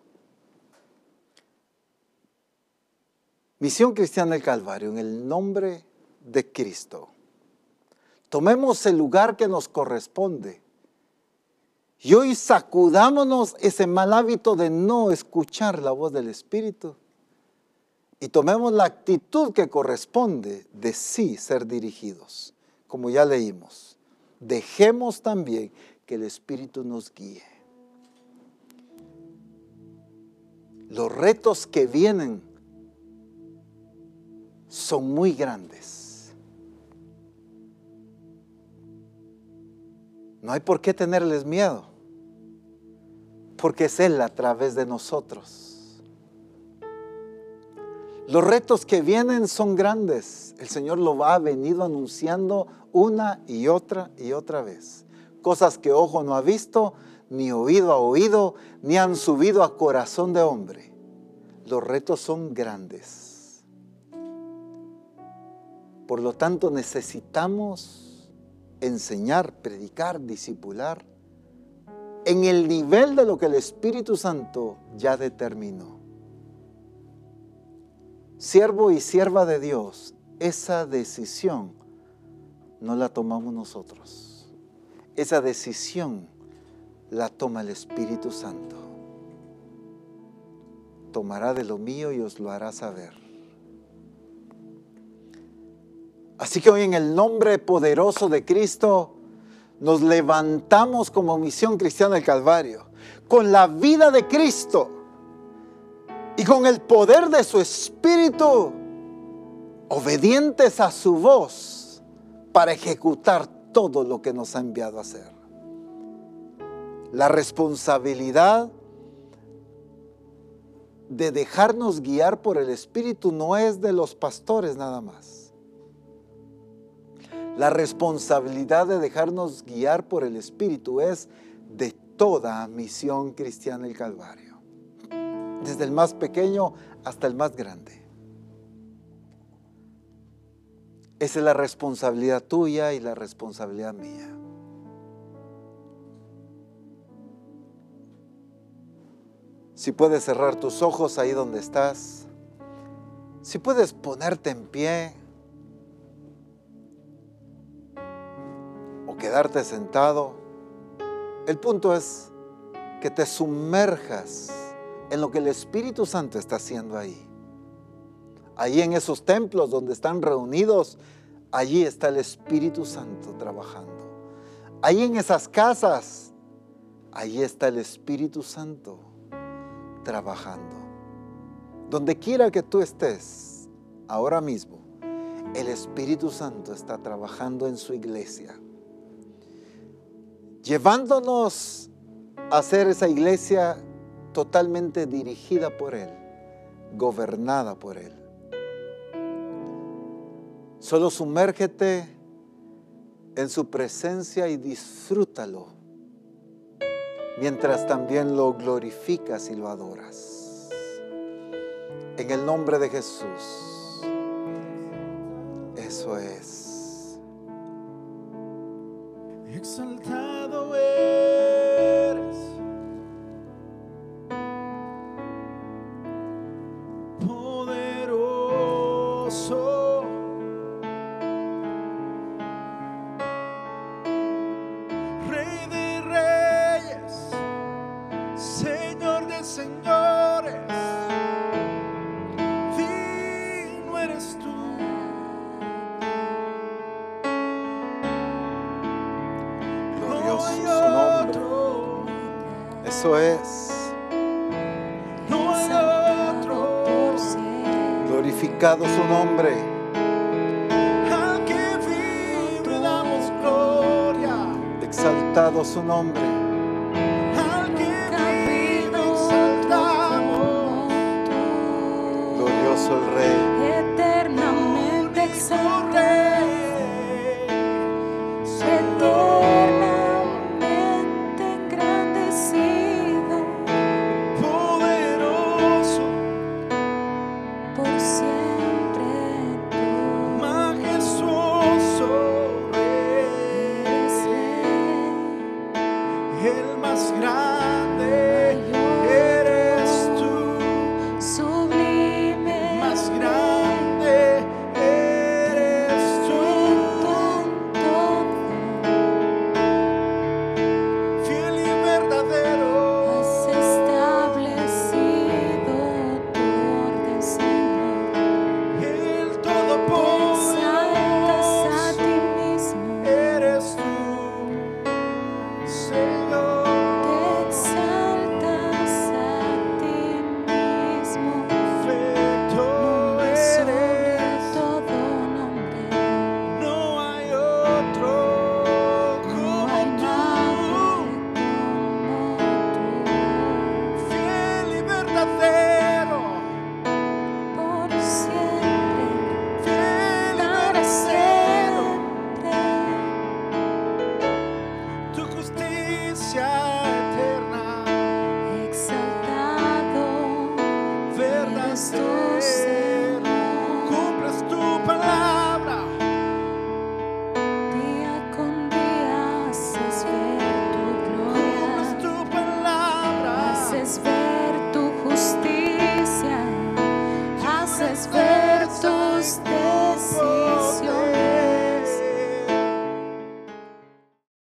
Misión Cristiana del Calvario, en el nombre de Cristo. Tomemos el lugar que nos corresponde. Y hoy sacudámonos ese mal hábito de no escuchar la voz del Espíritu. Y tomemos la actitud que corresponde de sí ser dirigidos. Como ya leímos, dejemos también que el Espíritu nos guíe. Los retos que vienen son muy grandes. No hay por qué tenerles miedo, porque es Él a través de nosotros. Los retos que vienen son grandes. El Señor lo ha venido anunciando una y otra y otra vez. Cosas que ojo no ha visto, ni oído ha oído, ni han subido a corazón de hombre. Los retos son grandes. Por lo tanto, necesitamos enseñar, predicar, discipular en el nivel de lo que el Espíritu Santo ya determinó. Siervo y sierva de Dios, esa decisión no la tomamos nosotros. Esa decisión la toma el Espíritu Santo. Tomará de lo mío y os lo hará saber. Así que hoy, en el nombre poderoso de Cristo, nos levantamos como Misión Cristiana del Calvario, con la vida de Cristo y con el poder de su Espíritu, obedientes a su voz para ejecutar todo lo que nos ha enviado a hacer. La responsabilidad de dejarnos guiar por el Espíritu no es de los pastores nada más. La responsabilidad de dejarnos guiar por el Espíritu es de toda Misión Cristiana del Calvario, desde el más pequeño hasta el más grande. Esa es la responsabilidad tuya y la responsabilidad mía. Si puedes cerrar tus ojos ahí donde estás, si puedes ponerte en pie o quedarte sentado, el punto es que te sumerjas en lo que el Espíritu Santo está haciendo ahí. Allí en esos templos donde están reunidos, allí está el Espíritu Santo trabajando. Allí en esas casas, allí está el Espíritu Santo trabajando. Donde quiera que tú estés, ahora mismo, el Espíritu Santo está trabajando en su iglesia, llevándonos a ser esa iglesia totalmente dirigida por Él, gobernada por Él. Solo sumérgete en su presencia y disfrútalo, mientras también lo glorificas y lo adoras. En el nombre de Jesús. Eso es. Exaltado eres, poderoso, Rey de reyes, Señor de señores, digno eres tú. Glorioso su nombre. Eso es. No hay otro, Glorificado su nombre. al que vive damos gloria, Exaltado su nombre. al que vive exaltamos. Glorioso el Rey. Eternamente exaltado, Rey, eternamente engrandecido, poderoso, por siempre tú majestuoso Rey, eres Rey. el más grande eres tú, Sublime, más grande eres tú, perfecto en todo, fiel y verdadero, has establecido tu orden, Señor. el Te exaltas todopoderoso a ti mismo, eres tú, Señor. te exaltas a ti mismo. Perfecto Nombre sobre eres, todo nombre, no hay otro no como hay tú, nadie como fiel y verdadero, tú, por siempre, fiel y para verdadero, siempre, tu justicia eterna, exaltado eres tú, verdadero, Señor. cumples tu palabra, Día con día haces ver tu cumples gloria, tu palabra, haces ver tu justicia, haces ver